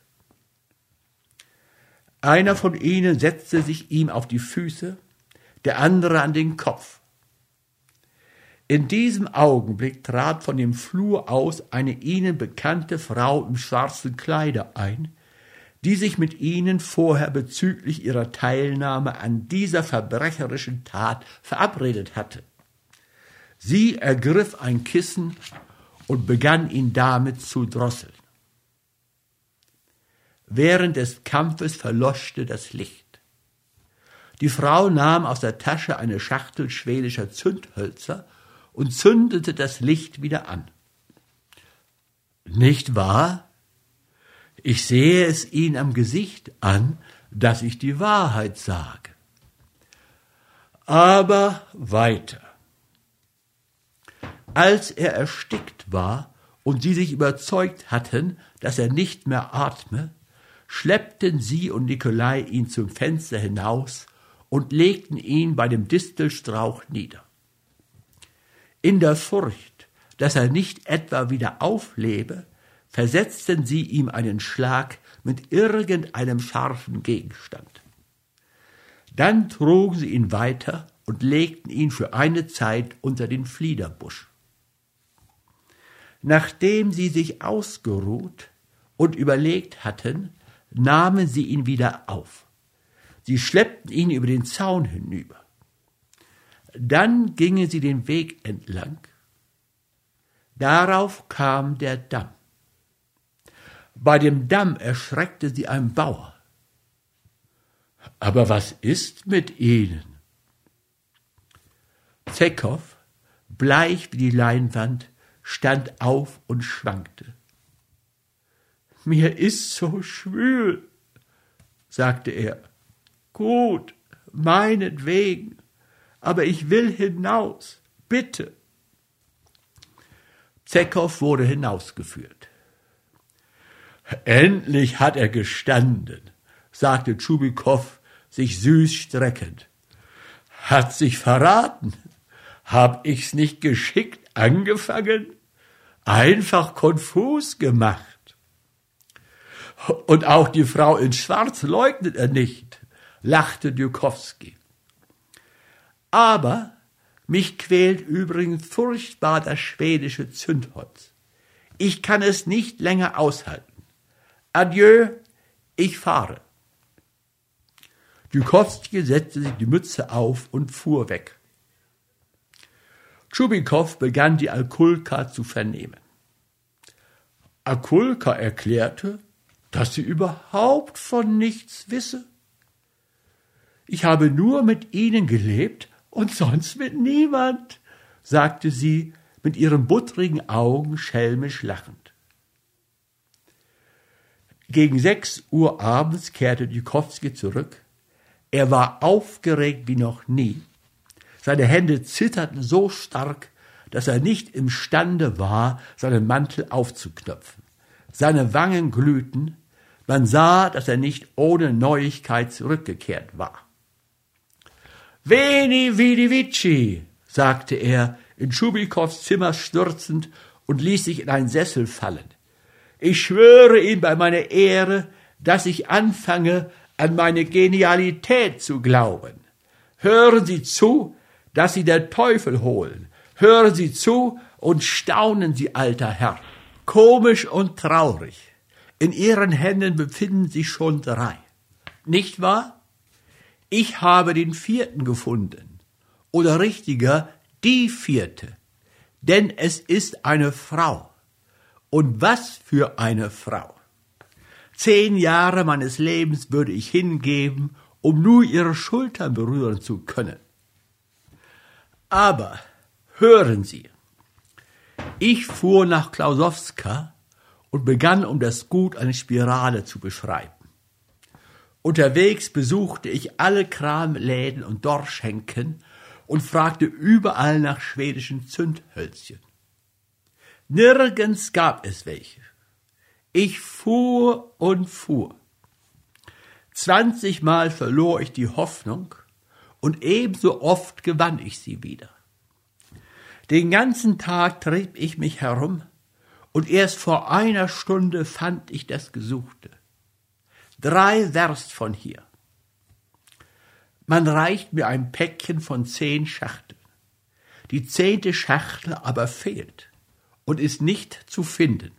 Einer von ihnen setzte sich ihm auf die Füße, der andere an den Kopf. In diesem Augenblick trat von dem Flur aus eine ihnen bekannte Frau im schwarzen Kleider ein, die sich mit ihnen vorher bezüglich ihrer Teilnahme an dieser verbrecherischen Tat verabredet hatte. Sie ergriff ein Kissen und begann ihn damit zu drosseln. Während des Kampfes verlöschte das Licht. Die Frau nahm aus der Tasche eine Schachtel schwedischer Zündhölzer und zündete das Licht wieder an. Nicht wahr? Ich sehe es Ihnen am Gesicht an, dass ich die Wahrheit sage. Aber weiter. Als er erstickt war und sie sich überzeugt hatten, dass er nicht mehr atme, schleppten sie und Nikolai ihn zum Fenster hinaus und legten ihn bei dem Distelstrauch nieder. In der Furcht, dass er nicht etwa wieder auflebe, versetzten sie ihm einen Schlag mit irgendeinem scharfen Gegenstand. Dann trugen sie ihn weiter und legten ihn für eine Zeit unter den Fliederbusch. Nachdem sie sich ausgeruht und überlegt hatten, nahmen sie ihn wieder auf. Sie schleppten ihn über den Zaun hinüber. Dann gingen sie den Weg entlang. Darauf kam der Damm. Bei dem Damm erschreckte sie ein Bauer. Aber was ist mit Ihnen? Psekow, bleich wie die Leinwand, stand auf und schwankte. Mir ist so schwül, sagte er. Gut, meinetwegen, aber ich will hinaus, bitte. Psekow wurde hinausgeführt. Endlich hat er gestanden, sagte Tschubikow, sich süß streckend. Hat sich verraten. Hab ich's nicht geschickt angefangen? Einfach konfus gemacht. Und auch die Frau in Schwarz leugnet er nicht, lachte Djukowski. Aber mich quält übrigens furchtbar das schwedische Zündholz. Ich kann es nicht länger aushalten. Adieu, ich fahre. Djukowski setzte sich die Mütze auf und fuhr weg. Tschubikow begann die Akulka zu vernehmen. Akulka erklärte, dass sie überhaupt von nichts wisse. Ich habe nur mit Ihnen gelebt und sonst mit niemand, sagte sie mit ihren buttrigen Augen schelmisch lachend. Gegen sechs Uhr abends kehrte Djukowski zurück. Er war aufgeregt wie noch nie. Seine Hände zitterten so stark, dass er nicht imstande war, seinen Mantel aufzuknöpfen. Seine Wangen glühten, man sah, dass er nicht ohne Neuigkeit zurückgekehrt war. »Veni, vidi, vici«, sagte er, in Schubikows Zimmer stürzend und ließ sich in einen Sessel fallen. »Ich schwöre ihm bei meiner Ehre, dass ich anfange, an meine Genialität zu glauben. Hören Sie zu, dass Sie der Teufel holen. Hören Sie zu und staunen Sie, alter Herr. Komisch und traurig. In Ihren Händen befinden sich schon drei. Nicht wahr? Ich habe den vierten gefunden. Oder richtiger, die vierte. Denn es ist eine Frau. Und was für eine Frau. Zehn Jahre meines Lebens würde ich hingeben, um nur ihre Schultern berühren zu können. Aber hören Sie, ich fuhr nach Klausowska und begann, um das Gut eine Spirale zu beschreiben. Unterwegs besuchte ich alle Kramläden und Dorfschenken und fragte überall nach schwedischen Zündhölzchen. Nirgends gab es welche. Ich fuhr und fuhr. Zwanzigmal verlor ich die Hoffnung und ebenso oft gewann ich sie wieder. Den ganzen Tag trieb ich mich herum und erst vor einer Stunde fand ich das Gesuchte. Drei Werst von hier. Man reicht mir ein Päckchen von zehn Schachteln. Die zehnte Schachtel aber fehlt und ist nicht zu finden.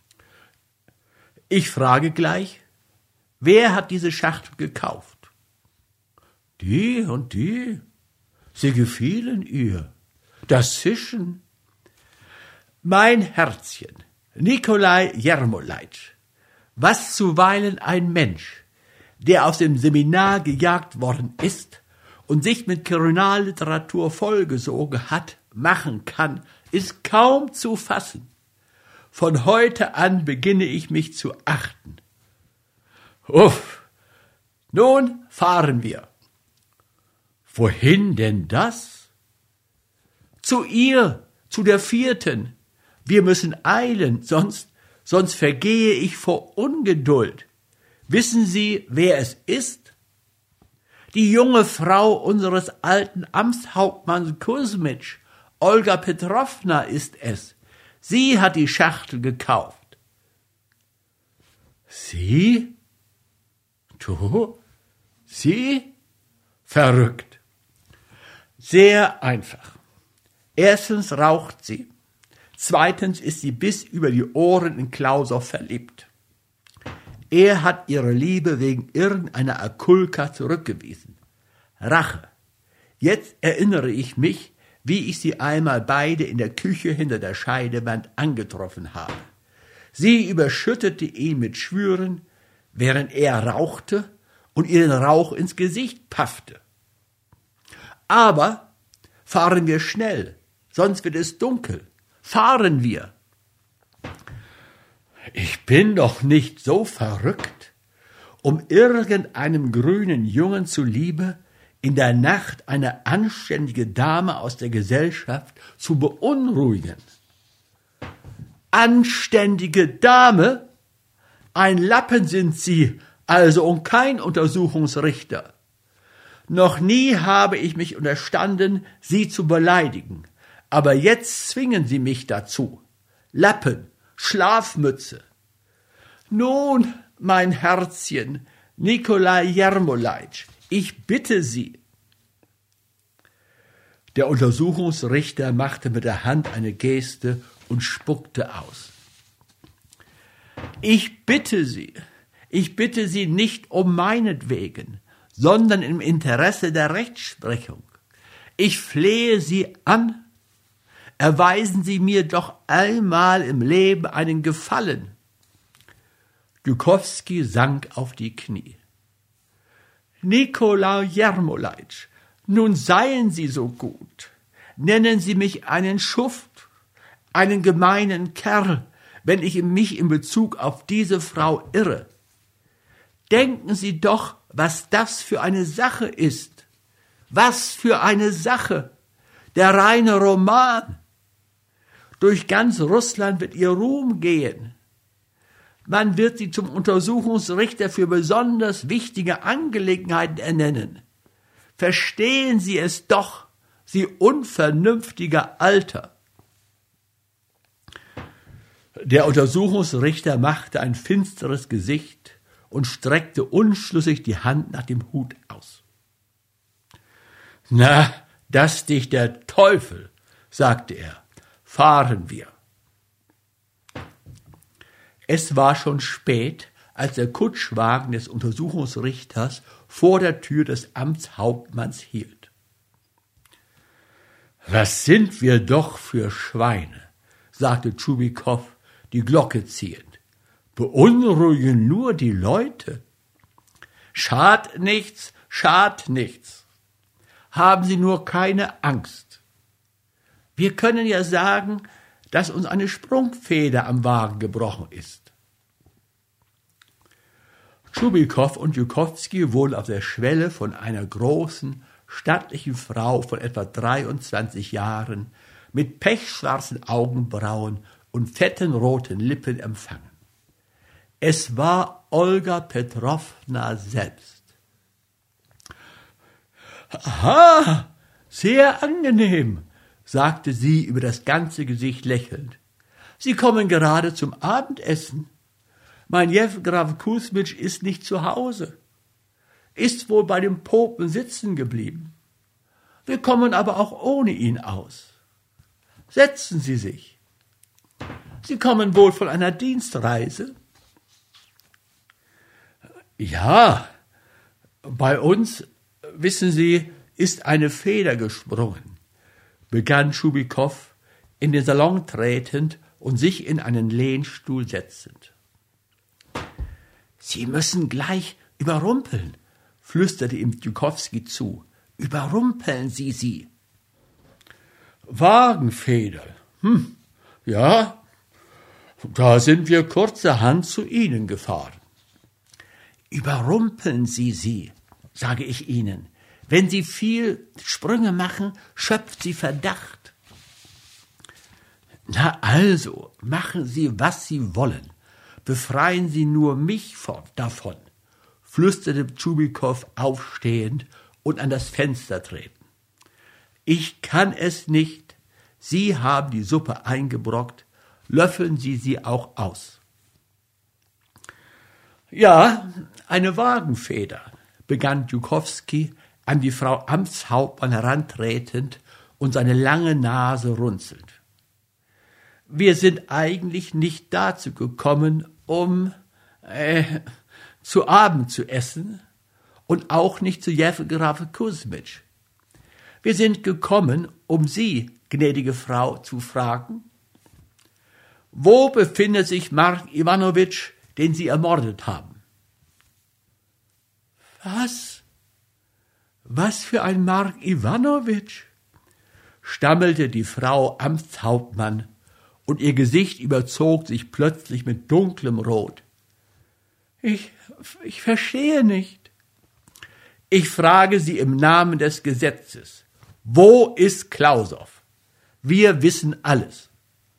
Ich frage gleich, wer hat diese Schachtel gekauft? Die und die, sie gefielen ihr. Das Zischen. Mein Herzchen, Nikolai Jermolajtsch, was zuweilen ein Mensch, der aus dem Seminar gejagt worden ist und sich mit Kriminalliteratur vollgesogen hat, machen kann, ist kaum zu fassen. Von heute an beginne ich mich zu achten. Uff, nun fahren wir. Wohin denn das? Zu ihr, zu der vierten. Wir müssen eilen, sonst, sonst vergehe ich vor Ungeduld. Wissen Sie, wer es ist? Die junge Frau unseres alten Amtshauptmanns Kusmitsch, Olga Petrowna ist es. Sie hat die Schachtel gekauft. Sie? Du? Sie? Verrückt. Sehr einfach. Erstens raucht sie. Zweitens ist sie bis über die Ohren in Klausow verliebt. Er hat ihre Liebe wegen irgendeiner Akulka zurückgewiesen. Rache. Jetzt erinnere ich mich, wie ich sie einmal beide in der Küche hinter der Scheidewand angetroffen habe. Sie überschüttete ihn mit Schwüren, während er rauchte und ihr den Rauch ins Gesicht paffte. Aber fahren wir schnell, sonst wird es dunkel. Fahren wir. Ich bin doch nicht so verrückt, um irgendeinem grünen Jungen zuliebe in der Nacht eine anständige Dame aus der Gesellschaft zu beunruhigen. Anständige Dame? Ein Lappen sind Sie, also und kein Untersuchungsrichter. Noch nie habe ich mich unterstanden, Sie zu beleidigen, aber jetzt zwingen Sie mich dazu. Lappen, Schlafmütze. Nun, mein Herzchen, Nikolai Jermolajtsch, ich bitte Sie. Der Untersuchungsrichter machte mit der Hand eine Geste und spuckte aus. Ich bitte Sie, ich bitte Sie nicht um meinetwegen, sondern im Interesse der Rechtsprechung. Ich flehe Sie an, erweisen Sie mir doch einmal im Leben einen Gefallen. Dukowski sank auf die Knie. Nikolai Jermolajtsch, nun seien Sie so gut. Nennen Sie mich einen Schuft, einen gemeinen Kerl, wenn ich mich in Bezug auf diese Frau irre. Denken Sie doch, was das für eine Sache ist. Was für eine Sache. Der reine Roman. Durch ganz Russland wird ihr Ruhm gehen. Man wird sie zum Untersuchungsrichter für besonders wichtige Angelegenheiten ernennen. Verstehen Sie es doch, Sie unvernünftiger Alter. Der Untersuchungsrichter machte ein finsteres Gesicht und streckte unschlüssig die Hand nach dem Hut aus. »Na, dass dich der Teufel«, sagte er, »fahren wir.« Es war schon spät, als der Kutschwagen des Untersuchungsrichters vor der Tür des Amtshauptmanns hielt. »Was sind wir doch für Schweine«, sagte Tschubikow, die Glocke ziehend. »Beunruhigen nur die Leute. Schad nichts, schad nichts. Haben Sie nur keine Angst. Wir können ja sagen, dass uns eine Sprungfeder am Wagen gebrochen ist.« Tschubikow und Jukowski wohnen auf der Schwelle von einer großen, stattlichen Frau von etwa dreiundzwanzig Jahren mit pechschwarzen Augenbrauen und fetten roten Lippen empfangen. Es war Olga Petrowna selbst. »Aha, sehr angenehm«, sagte sie über das ganze Gesicht lächelnd. »Sie kommen gerade zum Abendessen. Mein Jewgraf Kusmitsch ist nicht zu Hause, ist wohl bei dem Popen sitzen geblieben. Wir kommen aber auch ohne ihn aus. Setzen Sie sich. Sie kommen wohl von einer Dienstreise?« »Ja, bei uns, wissen Sie, ist eine Feder gesprungen«, begann Tschubikow, in den Salon tretend und sich in einen Lehnstuhl setzend. »Sie müssen gleich überrumpeln«, flüsterte ihm Jukowski zu. »Überrumpeln Sie sie.« »Wagenfeder, hm, ja, da sind wir kurzerhand zu Ihnen gefahren.« »Überrumpeln Sie sie, sage ich Ihnen. Wenn Sie viel Sprünge machen, schöpft sie Verdacht.« »Na also, machen Sie, was Sie wollen. Befreien Sie nur mich davon«, flüsterte Tschubikow aufstehend und an das Fenster treten. »Ich kann es nicht. Sie haben die Suppe eingebrockt. Löffeln Sie sie auch aus.« »Ja, eine Wagenfeder«, begann Jukowski, an die Frau Amtshauptmann herantretend und seine lange Nase runzelnd. »Wir sind eigentlich nicht dazu gekommen, um äh, zu Abend zu essen und auch nicht zu Jewgraf Kusmitsch. Wir sind gekommen, um Sie, gnädige Frau, zu fragen, wo befindet sich Mark Iwanowitsch, den Sie ermordet haben?« »Was? Was für ein Mark Iwanowitsch?«, stammelte die Frau Amtshauptmann, und ihr Gesicht überzog sich plötzlich mit dunklem Rot. Ich, ich verstehe nicht.« »Ich frage Sie im Namen des Gesetzes. Wo ist Klausow? Wir wissen alles.«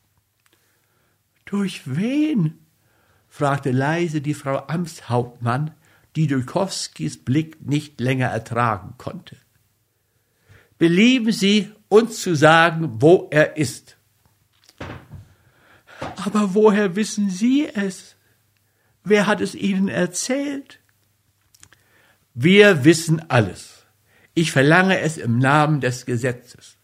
»Durch wen?«, fragte leise die Frau Amtshauptmann, die Jukowskis Blick nicht länger ertragen konnte. »Belieben Sie, uns zu sagen, wo er ist.« »Aber woher wissen Sie es? Wer hat es Ihnen erzählt?« »Wir wissen alles. Ich verlange es im Namen des Gesetzes.«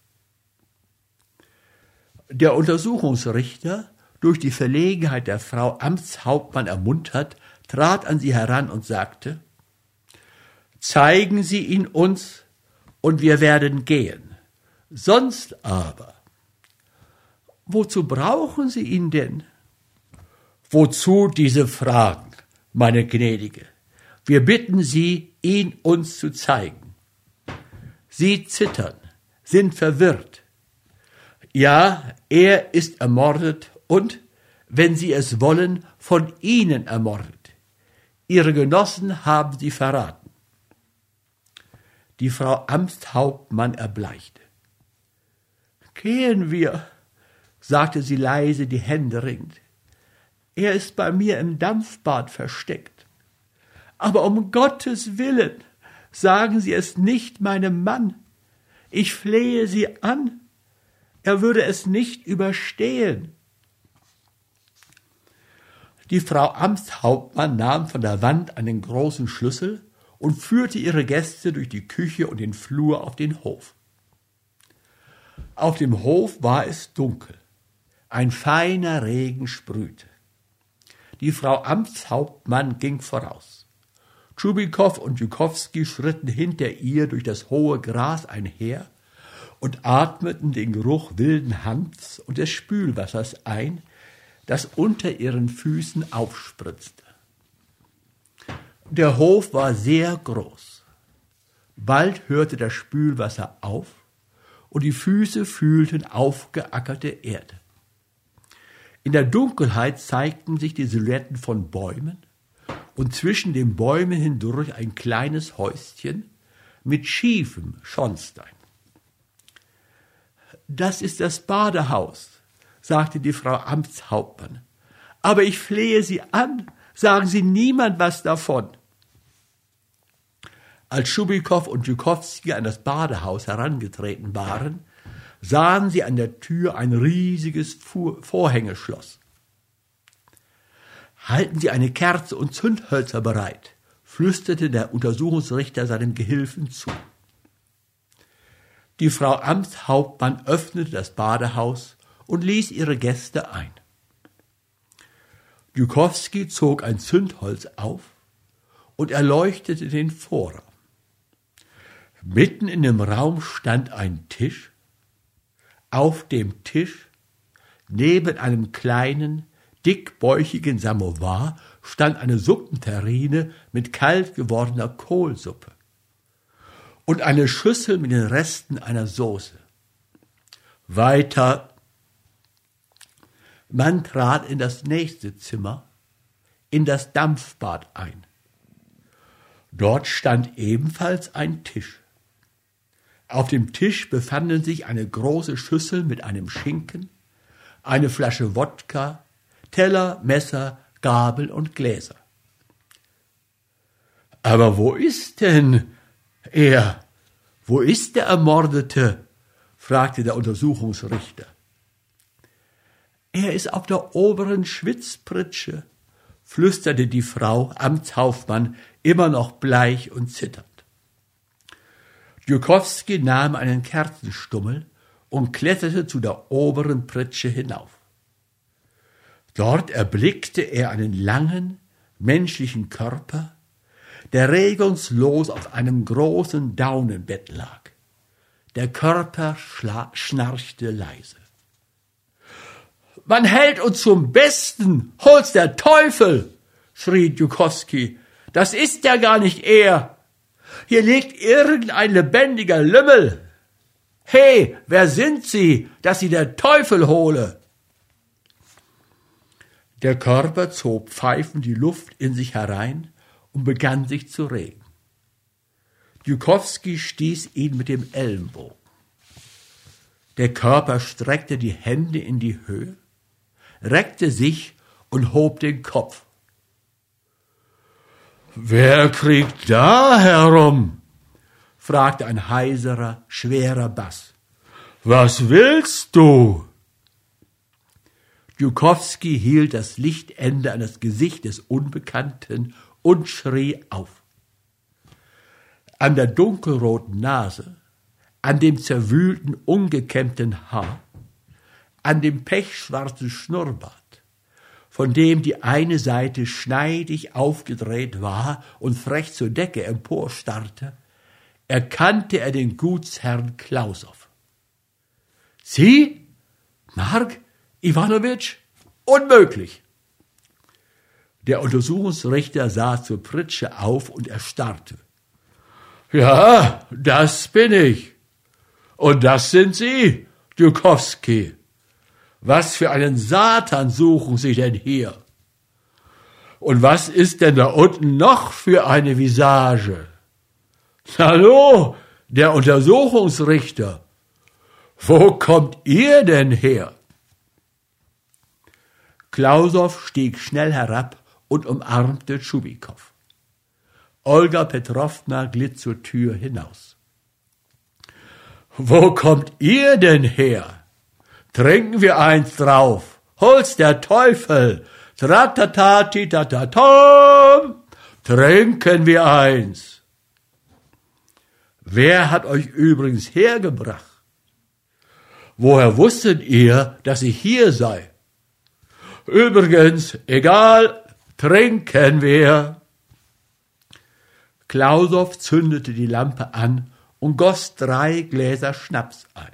Der Untersuchungsrichter, durch die Verlegenheit der Frau Amtshauptmann ermuntert, trat an sie heran und sagte, »Zeigen Sie ihn uns, und wir werden gehen. Sonst aber.« »Wozu brauchen Sie ihn denn?« »Wozu diese Fragen, meine Gnädige? Wir bitten Sie, ihn uns zu zeigen.« Sie zittern, sind verwirrt. Ja, er ist ermordet und, wenn Sie es wollen, von Ihnen ermordet. Ihre Genossen haben Sie verraten. Die Frau Amtshauptmann erbleichte. »Gehen wir«, sagte sie leise, die Hände ringend. »Er ist bei mir im Dampfbad versteckt. Aber um Gottes Willen, sagen Sie es nicht meinem Mann. Ich flehe Sie an. Er würde es nicht überstehen.« Die Frau Amtshauptmann nahm von der Wand einen großen Schlüssel und führte ihre Gäste durch die Küche und den Flur auf den Hof. Auf dem Hof war es dunkel. Ein feiner Regen sprühte. Die Frau Amtshauptmann ging voraus. Tschubikow und Jukowski schritten hinter ihr durch das hohe Gras einher und atmeten den Geruch wilden Hanfs und des Spülwassers ein, das unter ihren Füßen aufspritzte. Der Hof war sehr groß. Bald hörte das Spülwasser auf und die Füße fühlten aufgeackerte Erde. In der Dunkelheit zeigten sich die Silhouetten von Bäumen und zwischen den Bäumen hindurch ein kleines Häuschen mit schiefem Schornstein. »Das ist das Badehaus«, sagte die Frau Amtshauptmann. »Aber ich flehe Sie an, sagen Sie niemand was davon.« Als Tschubikow und Jukowski an das Badehaus herangetreten waren, sahen sie an der Tür ein riesiges Vorhängeschloss. »Halten Sie eine Kerze und Zündhölzer bereit«, flüsterte der Untersuchungsrichter seinem Gehilfen zu. Die Frau Amtshauptmann öffnete das Badehaus und ließ ihre Gäste ein. Jukowski zog ein Zündholz auf und erleuchtete den Vorraum. Mitten in dem Raum stand ein Tisch. Auf dem Tisch, neben einem kleinen, dickbäuchigen Samovar, stand eine Suppenterrine mit kalt gewordener Kohlsuppe und eine Schüssel mit den Resten einer Soße. Weiter. Man trat in das nächste Zimmer, in das Dampfbad ein. Dort stand ebenfalls ein Tisch. Auf dem Tisch befanden sich eine große Schüssel mit einem Schinken, eine Flasche Wodka, Teller, Messer, Gabel und Gläser. »Aber wo ist denn er? Wo ist der Ermordete?« fragte der Untersuchungsrichter. »Er ist auf der oberen Schwitzpritsche«, flüsterte die Frau Amtshauptmann, immer noch bleich und zitternd. Jukowski nahm einen Kerzenstummel und kletterte zu der oberen Pritsche hinauf. Dort erblickte er einen langen, menschlichen Körper, der regungslos auf einem großen Daunenbett lag. Der Körper schnarchte leise. »Man hält uns zum Besten! Hol's der Teufel!« schrie Jukowski. »Das ist ja gar nicht er! Hier liegt irgendein lebendiger Lümmel! He, wer sind Sie, dass Sie der Teufel hole?« Der Körper zog pfeifend die Luft in sich herein und begann sich zu regen. Jukowski stieß ihn mit dem Ellenbogen. Der Körper streckte die Hände in die Höhe, reckte sich und hob den Kopf. »Wer kriegt da herum?« fragte ein heiserer, schwerer Bass. »Was willst du?« Jukowski hielt das Lichtende an das Gesicht des Unbekannten und schrie auf. An der dunkelroten Nase, an dem zerwühlten, ungekämmten Haar, an dem pechschwarzen Schnurrbart, von dem die eine Seite schneidig aufgedreht war und frech zur Decke emporstarrte, erkannte er den Gutsherrn Klausow. »Sie? Mark Iwanowitsch? Unmöglich!« Der Untersuchungsrichter sah zur Pritsche auf und erstarrte. »Ja, das bin ich. Und das sind Sie, Jukowski. Was für einen Satan suchen Sie denn hier? Und was ist denn da unten noch für eine Visage? Hallo, Der Untersuchungsrichter, wo kommt ihr denn her? Klausow stieg schnell herab und umarmte Tschubikow. Olga Petrowna glitt zur Tür hinaus. Wo kommt ihr denn her? Trinken wir eins drauf. Hol's der Teufel. Tratatati-tatatom. Trinken wir eins. Wer hat euch übrigens hergebracht? Woher wusstet ihr, dass ich hier sei? Übrigens, egal, trinken wir. Klausow zündete die Lampe an und goss drei Gläser Schnaps ein.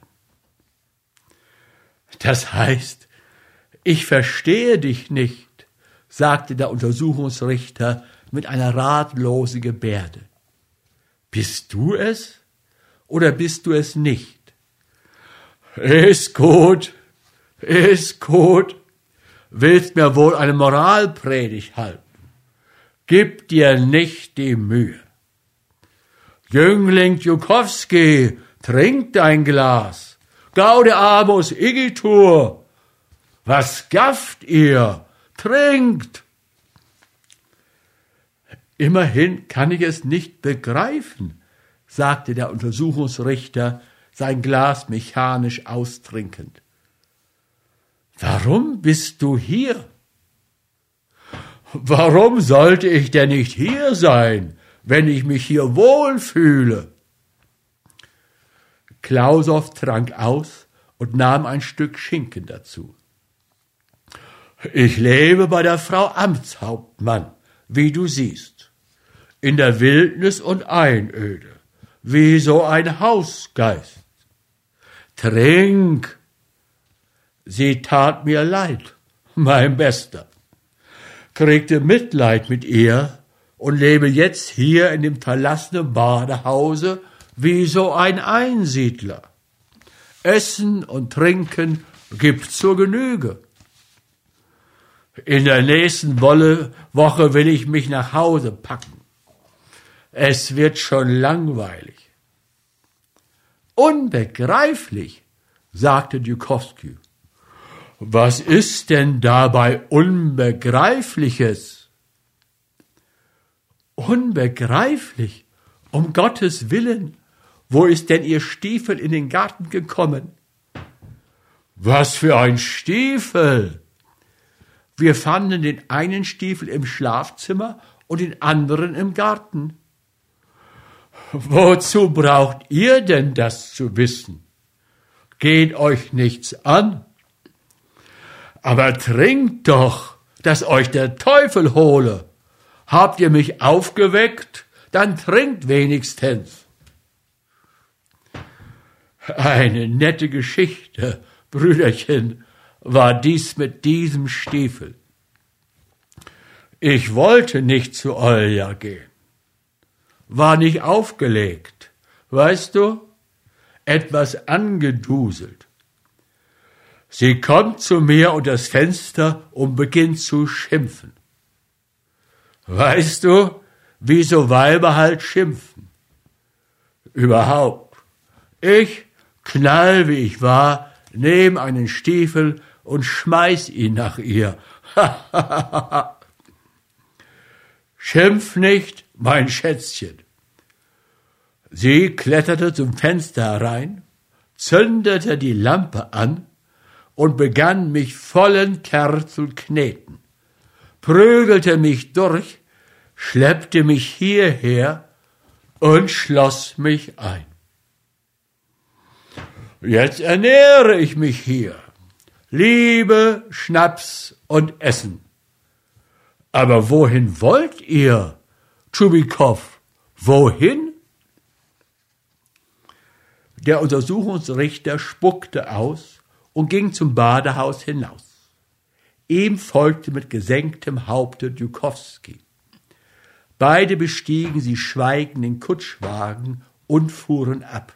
Das heißt, ich verstehe dich nicht, sagte der Untersuchungsrichter mit einer ratlosen Gebärde. Bist du es oder bist du es nicht? Ist gut, ist gut. Willst mir wohl eine Moralpredigt halten? Gib dir nicht die Mühe. Jüngling Tschukowski, trink dein Glas. Gaudeamus igitur. Was gafft ihr? Trinkt. Immerhin kann ich es nicht begreifen, sagte der Untersuchungsrichter, sein Glas mechanisch austrinkend. Warum bist du hier? Warum sollte ich denn nicht hier sein, wenn ich mich hier wohlfühle? Klausow trank aus und nahm ein Stück Schinken dazu. Ich lebe bei der Frau Amtshauptmann, wie du siehst, in der Wildnis und Einöde, wie so ein Hausgeist. Trink! Sie tat mir leid, mein Bester, kriegte Mitleid mit ihr und lebe jetzt hier in dem verlassenen Badehause wie so ein Einsiedler. Essen und Trinken gibt's zur Genüge. In der nächsten Woche will ich mich nach Hause packen. Es wird schon langweilig. Unbegreiflich, sagte Tschukowski. Was ist denn dabei Unbegreifliches? Unbegreiflich, um Gottes Willen. Wo ist denn Ihr Stiefel in den Garten gekommen? Was für ein Stiefel! Wir fanden den einen Stiefel im Schlafzimmer und den anderen im Garten. Wozu braucht ihr denn das zu wissen? Geht euch nichts an. Aber trinkt doch, dass euch der Teufel hole. Habt ihr mich aufgeweckt? Dann trinkt wenigstens. Eine nette Geschichte, Brüderchen, war dies mit diesem Stiefel. Ich wollte nicht zu Olja gehen. War nicht aufgelegt, weißt du? Etwas angeduselt. Sie kommt zu mir unter das Fenster und beginnt zu schimpfen. Weißt du, wie so Weiber halt schimpfen? Überhaupt. Ich, knall wie ich war, nehm einen Stiefel und schmeiß ihn nach ihr. Schimpf nicht, mein Schätzchen. Sie kletterte zum Fenster herein, zündete die Lampe an und begann mich vollen Kerl zu kneten, prügelte mich durch, schleppte mich hierher und schloss mich ein. Jetzt ernähre ich mich hier. Liebe, Schnaps und Essen. Aber wohin wollt ihr, Tschubikow? Wohin? Der Untersuchungsrichter spuckte aus und ging zum Badehaus hinaus. Ihm folgte mit gesenktem Haupte Tschukowski. Beide bestiegen sie schweigend den Kutschwagen und fuhren ab.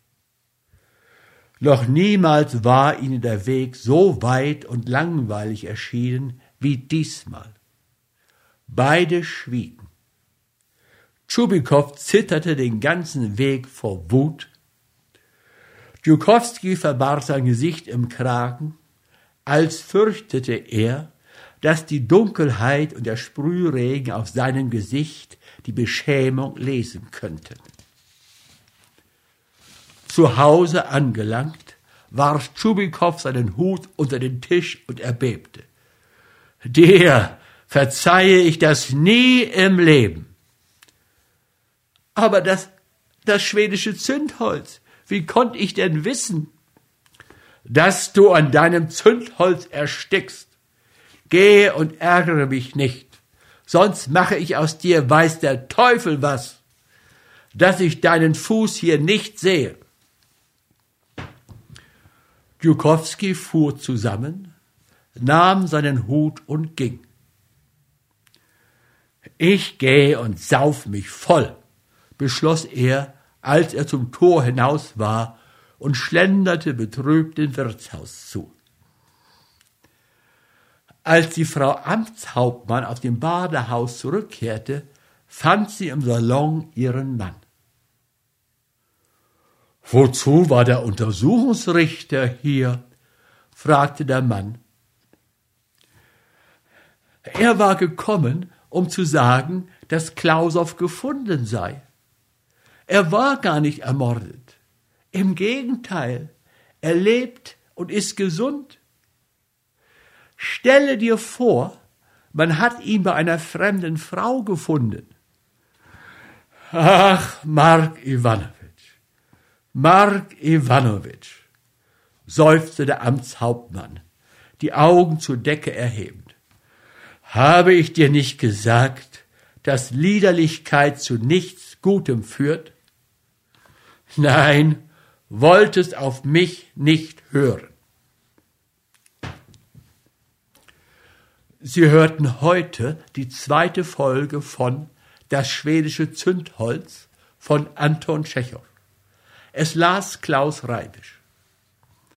Noch niemals war ihnen der Weg so weit und langweilig erschienen wie diesmal. Beide schwiegen. Tschubikow zitterte den ganzen Weg vor Wut. Djukowski verbarg sein Gesicht im Kragen, als fürchtete er, dass die Dunkelheit und der Sprühregen auf seinem Gesicht die Beschämung lesen könnten. Zu Hause angelangt, warf Tschubikow seinen Hut unter den Tisch und erbebte. Dir verzeihe ich das nie im Leben. Aber das, das schwedische Zündholz, wie konnte ich denn wissen, dass du an deinem Zündholz erstickst? Gehe und ärgere mich nicht, sonst mache ich aus dir weiß der Teufel was, dass ich deinen Fuß hier nicht sehe. Djukowski fuhr zusammen, nahm seinen Hut und ging. Ich gehe und sauf mich voll, beschloss er, als er zum Tor hinaus war und schlenderte betrübt dem Wirtshaus zu. Als die Frau Amtshauptmann aus dem Badehaus zurückkehrte, fand sie im Salon ihren Mann. »Wozu war der Untersuchungsrichter hier?« fragte der Mann. »Er war gekommen, um zu sagen, dass Klausow gefunden sei. Er war gar nicht ermordet. Im Gegenteil, er lebt und ist gesund. Stelle dir vor, man hat ihn bei einer fremden Frau gefunden.« »Ach, Mark Iwanowitsch, Mark Iwanowitsch«, seufzte der Amtshauptmann, die Augen zur Decke erhebend. »Habe ich dir nicht gesagt, dass Liederlichkeit zu nichts Gutem führt? Nein, wolltest auf mich nicht hören.« Sie hörten heute die zweite Folge von Das schwedische Zündholz von Anton Tschechow. Es las Klaus Reibisch.